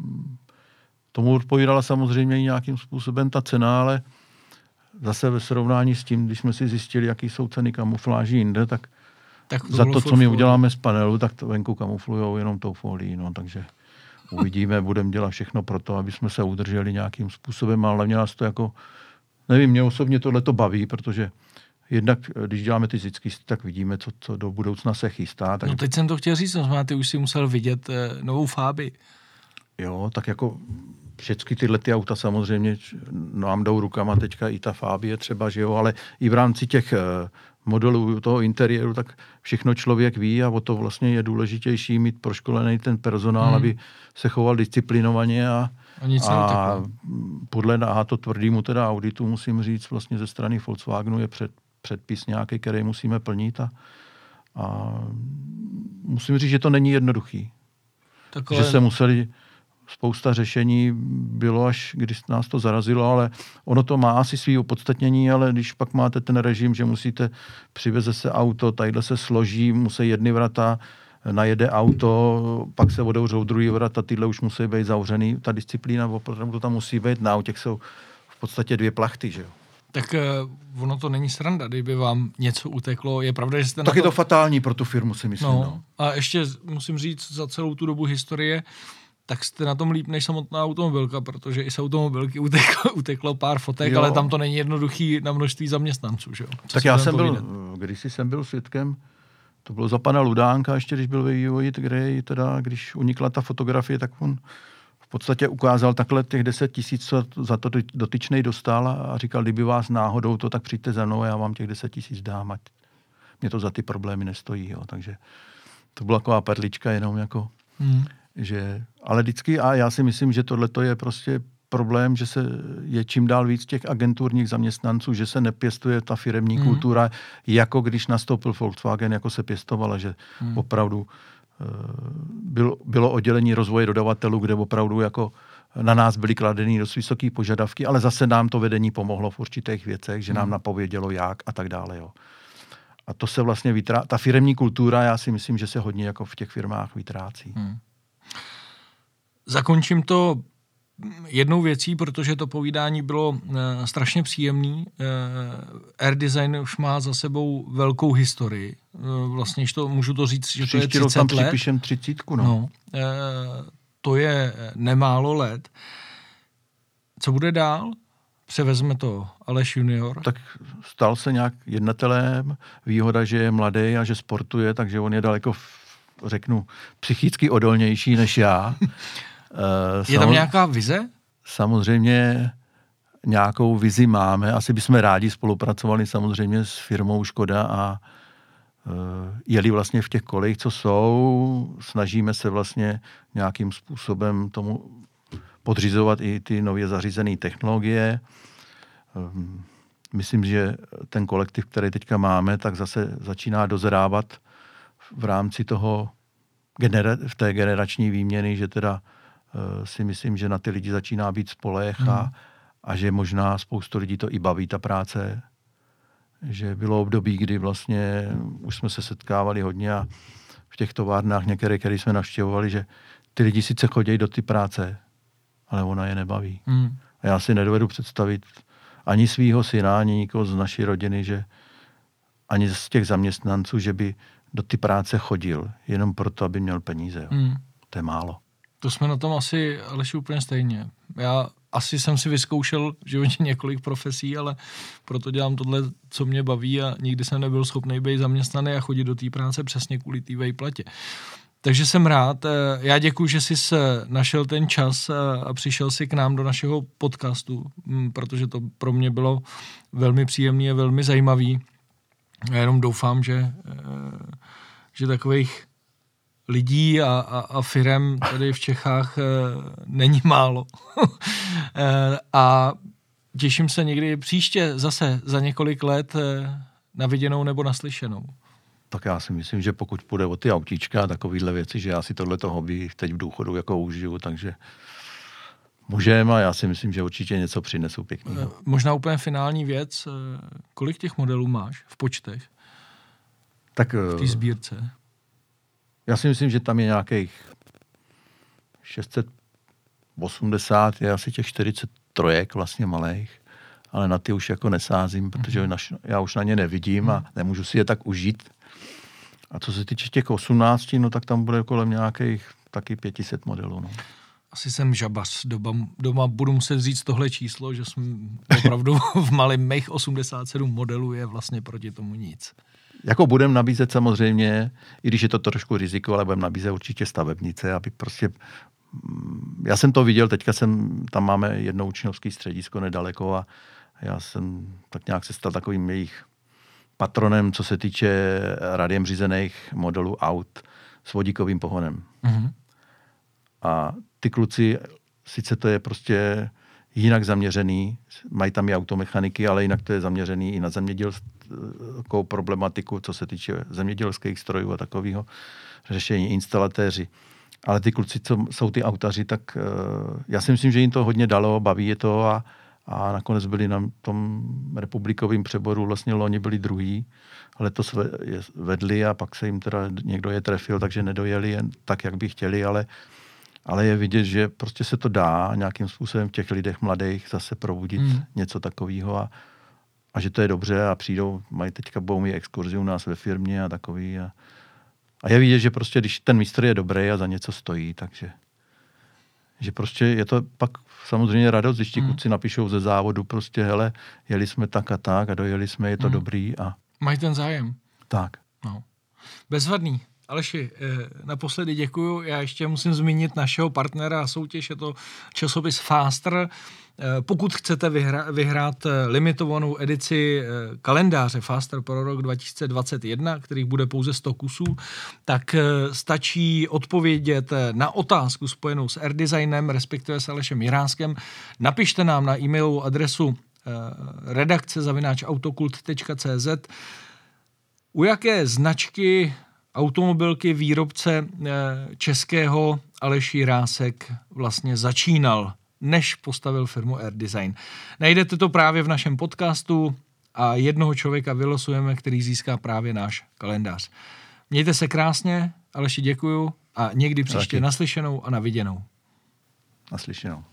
tomu odpovídala samozřejmě i nějakým způsobem ta cena, ale zase ve srovnání s tím, když jsme si zjistili, jaký jsou ceny kamufláží jinde, tak, tak to za to, co my uděláme z panelu, tak to venku kamuflujou jenom tou folií, no, takže uvidíme, budeme dělat všechno pro to, aby jsme se udrželi nějakým způsobem, ale hlavně nás to jako, nevím, mě osobně tohle to baví, protože jednak, když děláme ty zicky, tak vidíme, co, co do budoucna se chystá. Tak... No teď jsem to chtěl říct, no, ty už si musel vidět eh, novou Fabii. Jo, tak jako všechny tyhle ty auta samozřejmě nám jdou rukama teďka i ta Fabie třeba, že jo, ale i v rámci těch modelů toho interiéru, tak všechno člověk ví a o to vlastně je důležitější mít proškolený ten personál, hmm. aby se choval disciplinovaně a, a, a podle a to tvrdýmu teda auditu musím říct vlastně ze strany Volkswagenu je před, předpis nějaký, který musíme plnit a, a musím říct, že to není jednoduchý. Takové... Že se museli spousta řešení bylo, až když nás to zarazilo, ale ono to má asi svý opodstatnění, ale když pak máte ten režim, že musíte, přiveze se auto, tadyhle se složí, musí jedny vrata, najede auto, pak se otevřou druhý vrata, tyhle už musí být zavřený. Ta disciplína, opravdu to tam musí být, na autě jsou v podstatě dvě plachty, že jo. Tak uh, ono to není sranda, kdyby vám něco uteklo. Je pravda, že jste tak na je to... to fatální pro tu firmu, si myslím. No, no. A ještě musím říct, za celou tu dobu historie, tak jste na tom líp než samotná automobilka, protože i z automobilky uteklo, uteklo pár fotek, jo. Ale tam to není jednoduchý na množství zaměstnanců, že jo? Tak já jsem byl, když jsem byl svědkem, to bylo za pana Ludánka, ještě když byl ve vývoji, kde teda, když unikla ta fotografie, tak on v podstatě ukázal takhle těch deset tisíc, co za to dotyčnej dostal a říkal, kdyby vás náhodou to, tak přijďte za mnou a já vám těch deset tisíc dám, ať mě to za ty problémy nestojí, jo. Takže to byla taková perlička jenom jako, hmm. že, ale vždycky, a já si myslím, že tohle je prostě problém, že se je čím dál víc těch agenturních zaměstnanců, že se nepěstuje ta firemní hmm. kultura, jako když nastoupil Volkswagen, jako se pěstovala, že hmm. opravdu Bylo, bylo oddělení rozvoje dodavatelů, kde opravdu jako na nás byly kladený dost vysoký požadavky, ale zase nám to vedení pomohlo v určitých věcech, že nám napovědělo jak a tak dále. Jo. A to se vlastně vytrácí. Ta firemní kultura, já si myslím, že se hodně jako v těch firmách vytrácí. Hmm. Zakončím to jednou věcí, protože to povídání bylo e, strašně příjemný. E, Air Design už má za sebou velkou historii. E, vlastně, to, můžu to říct, že Příští to je třicet let. Příští rok tam připíšem třicítku, no. no e, to je nemálo let. Co bude dál? Převezme to Aleš junior? Tak stal se nějak jednatelem. Výhoda, že je mladý a že sportuje, takže on je daleko, řeknu, psychicky odolnější než já. Uh, je tam nějaká vize? Samozřejmě nějakou vizi máme. Asi bychom rádi spolupracovali samozřejmě s firmou Škoda a uh, jeli vlastně v těch kolejích, co jsou. Snažíme se vlastně nějakým způsobem tomu podřizovat i ty nově zařízené technologie. Um, myslím, že ten kolektiv, který teďka máme, tak zase začíná dozrávat v rámci toho genera- v té generační výměny, že teda si myslím, že na ty lidi začíná být spoleh a, hmm. a že možná spoustu lidí to i baví, ta práce. Že bylo období, kdy vlastně už jsme se setkávali hodně a v těch továrnách některé, které jsme navštěvovali, že ty lidi sice chodí do ty práce, ale ona je nebaví. Hmm. A já si nedovedu představit ani svýho syna, ani nikoho z naší rodiny, že ani z těch zaměstnanců, že by do ty práce chodil, jenom proto, aby měl peníze. Hmm. To je málo. To jsme na tom asi, Aleši, úplně stejně. Já asi jsem si vyzkoušel v životě několik profesí, ale proto dělám tohle, co mě baví a nikdy jsem nebyl schopný být zaměstnaný a chodit do té práce přesně kvůli té vejplatě. Takže jsem rád. Já děkuju, že jsi našel ten čas a přišel si k nám do našeho podcastu, protože to pro mě bylo velmi příjemný a velmi zajímavý. Já jenom doufám, že, že takových lidí a, a, a firem tady v Čechách e, není málo. e, a těším se někdy příště zase za několik let e, na viděnou nebo naslyšenou. Tak já si myslím, že pokud půjde o ty autíčka a takovýhle věci, že já si tohleto hobby teď v důchodu jako užiju, takže můžeme a já si myslím, že určitě něco přinesu pěkného. E, možná úplně finální věc. E, kolik těch modelů máš v počtech? Tak v té sbírce? Já si myslím, že tam je nějakých šest set osmdesát, je asi těch čtyřicet trojek vlastně malých, ale na ty už jako nesázím, protože mm-hmm. já už na ně nevidím a nemůžu si je tak užít. A co se týče těch osmnácti, no tak tam bude kolem nějakých taky pět set modelů. No. Asi jsem žabař. Doma, doma budu muset říct tohle číslo, že jsem opravdu v malém mých osmdesát sedm modelů je vlastně proti tomu nic. Jako budeme nabízet samozřejmě, i když je to trošku riziko, ale budeme nabízet určitě stavebnice, aby prostě, já jsem to viděl, teďka jsem, tam máme jedno učňovské středisko nedaleko a já jsem tak nějak se stal takovým jejich patronem, co se týče radiem řízených modelů aut s vodíkovým pohonem. Mm-hmm. A ty kluci, sice to je prostě jinak zaměřený, mají tam i automechaniky, ale jinak to je zaměřený i na zemědělskou problematiku, co se týče zemědělských strojů a takového řešení, instalatéři. ale ty kluci, co jsou ty autaři, tak uh, já si myslím, že jim to hodně dalo, baví je to a, a nakonec byli na tom republikovém přeboru, vlastně loni byli druhý, letos vedli a pak se jim teda někdo je trefil, takže nedojeli jen tak, jak by chtěli, ale, ale je vidět, že prostě se to dá nějakým způsobem v těch lidech mladých zase probudit hmm. něco takového a, a že to je dobře a přijdou, mají teďka budou mít exkurzi u nás ve firmě a takový a, a je vidět, že prostě když ten mistr je dobrý a za něco stojí, takže že prostě je to pak samozřejmě radost, když ti hmm. kluci napíšou ze závodu prostě, hele, jeli jsme tak a tak a dojeli jsme, je to hmm. dobrý a mají ten zájem. Tak. No. Bezvadný. Aleši, naposledy děkuju. Já ještě musím zmínit našeho partnera a soutěž, je to časopis Faster. Pokud chcete vyhra- vyhrát limitovanou edici kalendáře Faster pro rok dva tisíce dvacet jedna, kterých bude pouze sto kusů, tak stačí odpovědět na otázku spojenou s AirDesignem, respektive s Alešem Jiráskem. Napište nám na e-mailovou adresu redakce zavináč autokult tečka cé zet, u jaké značky automobilky výrobce českého Aleš Jirásek vlastně začínal, než postavil firmu AirDesign. Najdete to právě v našem podcastu a jednoho člověka vylosujeme, který získá právě náš kalendář. Mějte se krásně, Aleši, děkuju a někdy příště Taky. Naslyšenou a na viděnou. Naslyšenou.